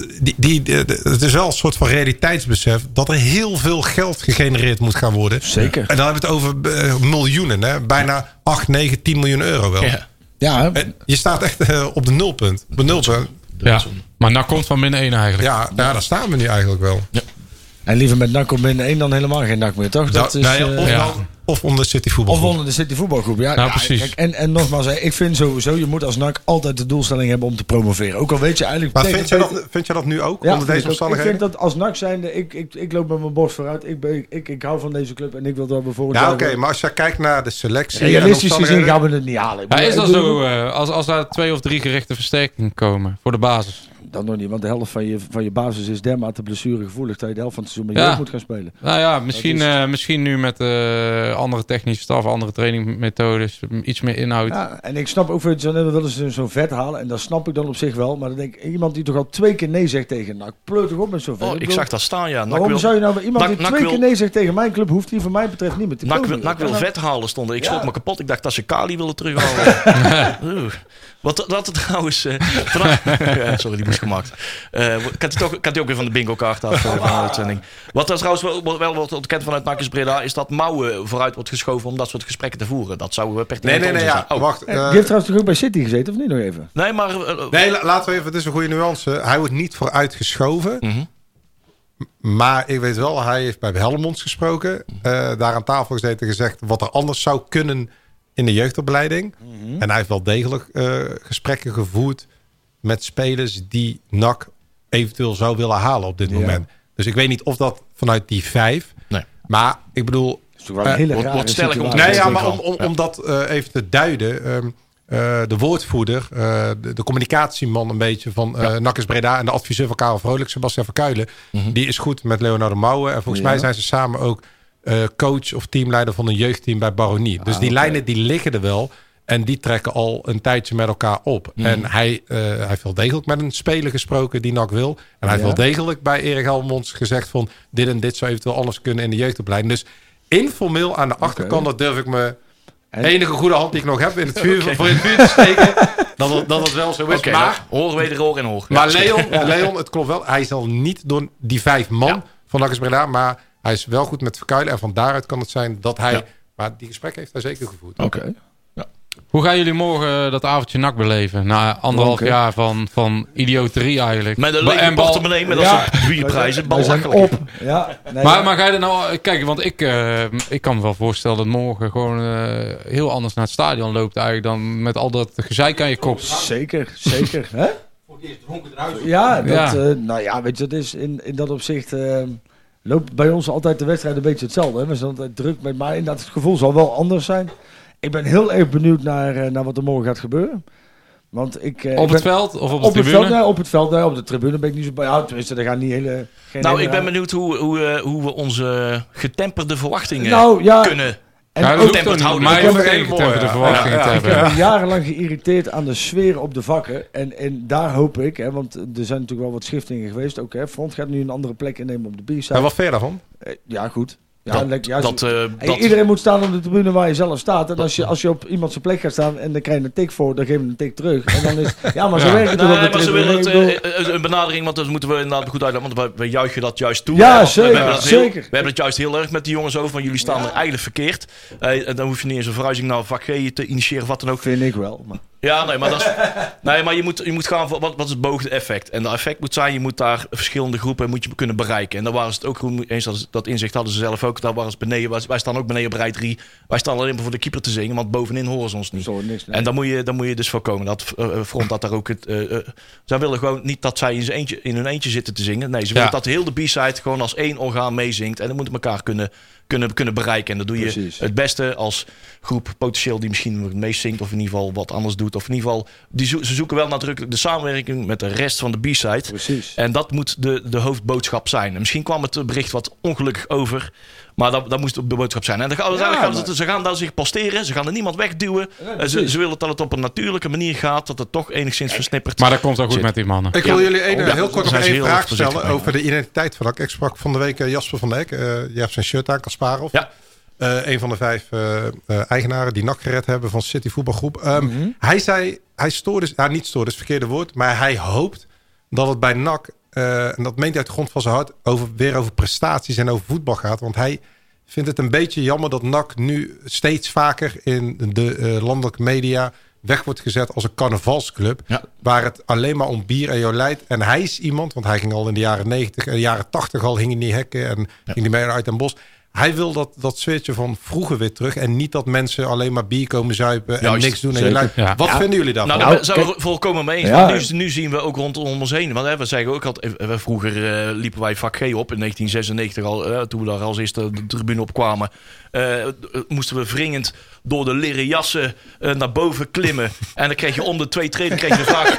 het is wel een soort van realiteitsbesef dat er heel veel geld gegenereerd moet gaan worden.
Zeker.
En dan hebben we het over miljoenen. Hè? Bijna 8, 9, 10 miljoen euro wel.
Ja,
En je staat echt op de nulpunt. Op de nulpunt.
Ja. Maar NAC komt van -1 eigenlijk.
Ja, daar staan we nu eigenlijk wel.
Ja. En liever met NAC op -1 dan helemaal geen NAC meer, toch? Dat is,
of onder City voetbalgroep.
Of onder de City voetbalgroep. Ja,
precies.
Kijk, en nogmaals, ik vind sowieso, je moet als NAC altijd de doelstelling hebben om te promoveren. Ook al weet je eigenlijk...
Maar vind je dat nu ook, onder deze omstandigheden?
Ik vind dat als NAC zijnde, ik loop met mijn borst vooruit. Ik hou van deze club en ik wil dat we volgend jaar...
Ja, oké, maar als je kijkt naar de selectie...
Realistisch gezien gaan we het niet halen.
Ja, is dat zo, als daar 2 of 3 gerichte versterkingen komen voor de basis?
Dan nog niet, want de helft van je basis is dermate blessuregevoelig dat je de helft van het seizoen met jeugd moet gaan spelen.
Nou ja, misschien nu met andere technische staf, andere trainingmethodes, iets meer inhoud.
Ja, en ik snap ook, we willen ze zo'n vet halen en dat snap ik dan op zich wel. Maar dan denk ik, iemand die toch al 2 keer nee zegt tegen NAC, pleurt toch op met zo'n vet.
Ik zag dat staan, ja.
Waarom zou je nou iemand die 2 keer nee zegt tegen mijn club, hoeft die van mij betreft niet meer te komen.
NAC wil vet halen, stonden. Ik schrok me kapot. Ik dacht dat ze Kali willen terughalen. Wat trouwens... sorry, die moest gemaakt. Ik had die ook weer van de bingo kaart af van de uitzending. Wat er trouwens wel wordt ontkend vanuit NAC Breda is dat Mouwen vooruit wordt geschoven om dat soort gesprekken te voeren. Dat zou pertinent zijn.
Nee, wacht.
Die heeft trouwens toch ook bij City gezeten, of niet nog even?
Nee, maar...
laten we even, het is een goede nuance. Hij wordt niet vooruit geschoven. Mm-hmm. Maar ik weet wel, hij heeft bij Helmonds gesproken. Daar aan tafel gezeten gezegd wat er anders zou kunnen in de jeugdopleiding. Mm-hmm. En hij heeft wel degelijk gesprekken gevoerd met spelers die NAC eventueel zou willen halen op dit moment. Dus ik weet niet of dat vanuit die 5. Nee. Maar ik bedoel...
wordt stellig om
om dat even te duiden. De woordvoerder, de communicatieman een beetje van NAC Breda en de adviseur van Karel Vrolijk, Sebastian Verkuilen. Mm-hmm. Die is goed met Leonardo Mouwen. En volgens mij zijn ze samen ook coach of teamleider van een jeugdteam bij Baronie. Dus die lijnen die liggen er wel. En die trekken al een tijdje met elkaar op. Mm. En hij heeft wel degelijk met een speler gesproken die NAC wil. En hij heeft wel degelijk bij Erik Helmonds gezegd van dit en dit zou eventueel anders kunnen in de jeugdopleiding. Dus informeel aan de achterkant, dat durf ik me enige goede hand die ik nog heb in het vuur voor in het vuur te steken. dat het wel zo is.
Okay, maar horen wederhoor en hoor.
Maar Leon, het klopt wel. Hij zal niet door die 5 man van NAC Breda, maar hij is wel goed met Verkuilen. En van daaruit kan het zijn dat hij... Maar die gesprek heeft hij zeker gevoerd.
Oké.
Hoe gaan jullie morgen dat avondje NAC beleven? Na 1,5 jaar van idioterie eigenlijk.
Met een lege portemonnee met dat soort bierprijzen.
Belachelijk. Ja,
maar ga je er nou... Kijk, want ik kan me wel voorstellen dat morgen gewoon heel anders naar het stadion loopt eigenlijk dan met al dat gezeik aan je kop.
Zeker. Hè?
Voor het eerst dronken eruit.
Ja, weet je, dat is in dat opzicht... loopt bij ons altijd de wedstrijd een beetje hetzelfde. Hè? We zijn altijd druk met, maar inderdaad, het gevoel zal wel anders zijn. Ik ben heel erg benieuwd naar wat er morgen gaat gebeuren. Want
op het veld of op de tribune?
Op het veld, op de tribune ben ik niet zo bij. Ja, tenminste, er gaan niet hele...
ik ben benieuwd hoe we onze getemperde verwachtingen kunnen...
getemperd houden. Maar je hoeft geen getemperde verwachtingen te hebben.
Ik heb jarenlang geïrriteerd aan de sfeer op de vakken. En daar hoop ik, want er zijn natuurlijk wel wat schiftingen geweest. Ook, Front gaat nu een andere plek innemen op de B-side.
En wat ver daarvan?
Ja, goed.
Iedereen
moet staan op de tribune waar je zelf staat. En als je op iemand zijn plek gaat staan en dan krijg je een tik voor, dan geef je een tik terug. En dan is maar zo werkt het toch op de tribune.
Maar ze willen een benadering, want dat moeten we inderdaad goed uitleggen. Want we juichen dat juist toe.
Ja, zeker.
We hebben het juist heel erg met die jongens over. Van jullie staan er eigenlijk verkeerd. Dan hoef je niet eens een verhuizing naar vak G te initiëren of wat dan ook.
Vind ik wel. Maar...
Ja, maar dat is... maar je moet gaan voor wat is het beoogde effect. En dat effect moet zijn, je moet daar verschillende groepen moet je kunnen bereiken. En daar waren ze het ook goed eens, dat inzicht hadden ze zelf ook. Daar waren ze beneden. Wij staan ook beneden op rij 3. Wij staan alleen maar voor de keeper te zingen, want bovenin horen ze ons niet. En daar moet je dus voorkomen. Dat Front dat daar ook zij willen gewoon niet dat zij in hun eentje zitten te zingen. Nee, ze willen dat heel de B-side gewoon als één orgaan meezingt. En dan moeten elkaar kunnen bereiken. En dat doe je het beste als groep potentieel die misschien het meest zingt of in ieder geval wat anders doet. Of in ieder geval, ze zoeken wel nadrukkelijk de samenwerking met de rest van de B-side.
Precies.
En dat moet de hoofdboodschap zijn. En misschien kwam het bericht wat ongelukkig over. Maar dat moest de boodschap zijn. En ze gaan daar zich posteren. Ze gaan er niemand wegduwen. Ze willen dat het op een natuurlijke manier gaat. Dat het toch enigszins versnipperd.
Maar dat komt ook goed met die mannen.
Ik wil jullie heel kort nog één vraag stellen over de identiteit van NAC. Ik sprak van de week Jasper van Dijk. Je hebt zijn shirt aan, Kasparov.
Ja.
Een van de 5 eigenaren die NAC gered hebben van City voetbalgroep. Hij zei, hij stoorde, niet stoorde is het verkeerde woord. Maar hij hoopt dat het bij NAC, en dat meent hij uit de grond van zijn hart, weer over prestaties en over voetbal gaat. Want hij vindt het een beetje jammer dat NAC nu steeds vaker in de landelijke media weg wordt gezet als een carnavalsclub. Ja. Waar het alleen maar om bier en jolijt. En hij is iemand, want hij ging al in de jaren 90 en de jaren 80 al hing in die hekken en ging die mee uit Den Bosch. Hij wil dat switchen van vroeger weer terug. En niet dat mensen alleen maar bier komen zuipen en niks doen. Wat vinden jullie daarvan?
Nou, daar zijn we volkomen mee eens. Ja. Maar nu zien we ook rondom ons heen. Want we zeggen ook altijd, vroeger liepen wij vak G op in 1996 al. Toen we daar als eerste de tribune op kwamen. Moesten we wringend door de leren jassen naar boven klimmen. En dan kreeg je om de 2 treden de vraag.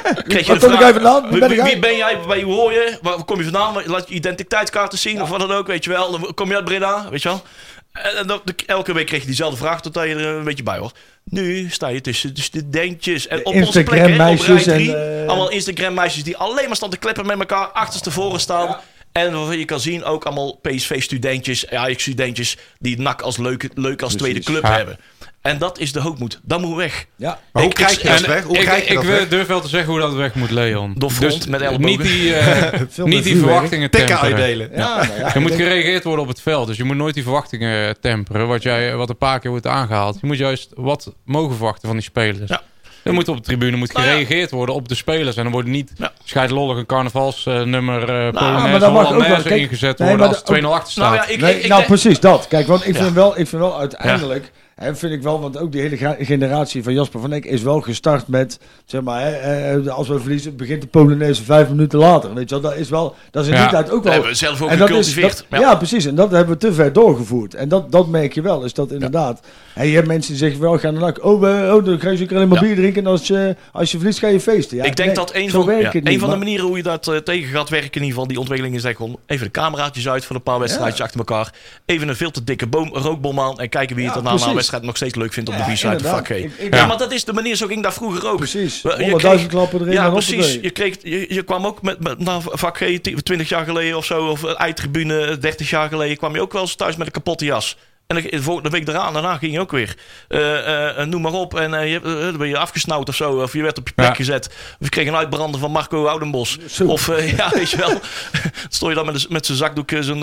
Wie ben jij? Bij hoe hoor je? Waar kom je vandaan? Laat je identiteitskaarten zien of wat dan ook, weet je wel. Dan kom je uit Breda, weet je wel. En elke week kreeg je diezelfde vraag totdat je er een beetje bij hoort. Nu sta je tussen de studentjes. En op onze plek, op rij 3, allemaal Instagram meisjes die alleen maar staan te kleppen met elkaar achterstevoren staan. Ja. En je kan zien ook allemaal PSV-studentjes, Ajax-studentjes die het NAC als leuk als tweede club hebben. En dat is de hoogmoed. Dat moet weg.
Ja. Maar hoe krijg je dat weg?
Ik durf wel te zeggen hoe dat weg moet, Leon.
Door front
dus
met ellebogen.
Niet die verwachtingen temperen.
Uitdelen.
Er moet gereageerd worden op het veld. Dus je moet nooit die verwachtingen temperen. Wat een paar keer wordt aangehaald. Je moet juist wat mogen verwachten van die spelers. Ja. Er moet op de tribune gereageerd worden op de spelers. En er wordt niet scheidlollig een carnavalsnummer Polonaise ingezet worden als 2-0 achter staat.
Precies dat. Kijk, want ik vind wel uiteindelijk... En vind ik wel, want ook die hele generatie van Jasper van Eck is wel gestart met, zeg maar, als we verliezen, begint de Polonaise 5 minuten later. Weet je wel, dat is in die tijd ook wel.
Dat hebben we zelf ook gecultiveerd.
Ja, precies. En dat hebben we te ver doorgevoerd. En dat merk je wel. Is dat inderdaad. En je hebt mensen die zeggen wel, gaan dan dan ga je zeker alleen maar bier drinken. En als je verliest, ga je feesten. Ja,
ik denk dat een van de manieren hoe je dat tegen gaat werken, in ieder geval die ontwikkeling, is gewoon even de cameraatjes uit voor een paar wedstrijdjes achter elkaar. Even een veel te dikke rookbom aan en kijken wie het daarna na een wedstrijd nog steeds leuk vindt op de B-side of vak G. Maar dat is de manier, zo ging dat vroeger ook.
Precies. 100.000 klappen erin.
Ja, precies. Je kwam ook naar vak G 20 jaar geleden of zo, of eindtribune 30 jaar geleden, kwam je ook wel eens thuis met een kapotte jas. En de week daarna ging je ook weer. Noem maar op. En dan ben je afgesnauwd of zo. Of je werd op je plek gezet. Of je kreeg een uitbrander van Marco Oudenbos. Of weet je wel. Dan stond je dan met zijn zakdoek zijn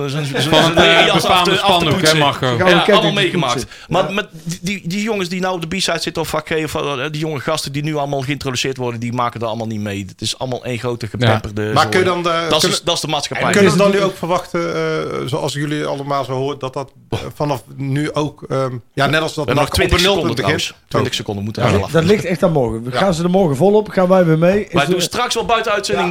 jas af te poetsen.
Marco.
Allemaal meegemaakt. Maar met die jongens die nou op de B-side zitten of vak G, of die jonge gasten die nu allemaal geïntroduceerd worden, die maken daar allemaal niet mee. Het is allemaal één grote gepamperde.
Maar kun je dan
dat is de maatschappij.
Kunnen we dan nu ook verwachten, zoals jullie allemaal zo horen, dat vanaf nu ook, net als dat
nog 20 seconden trouwens. 20 seconden moeten we af.
Dat ligt echt aan morgen. Gaan ze er morgen volop? Gaan wij weer mee?
Wij doen straks wel buiten uitzending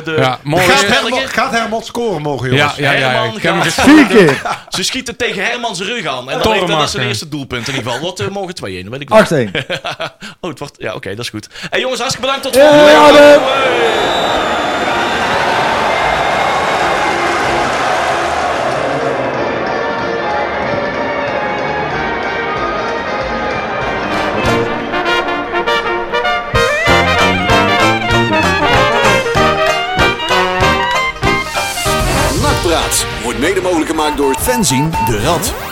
Gaat Herman scoren morgen, jongens?
Ja. Herman gaat
4 keer.
Ze schieten tegen Herman zijn rug aan. En dan heeft dat zijn eerste doelpunt in ieder geval. Wordt morgen 2-1, dat weet ik wel.
8-1.
Het wordt... Ja, oké, dat is goed. Hey jongens, hartstikke bedankt. Tot volgende week.
Wordt mede mogelijk gemaakt door Fenzin de Rad.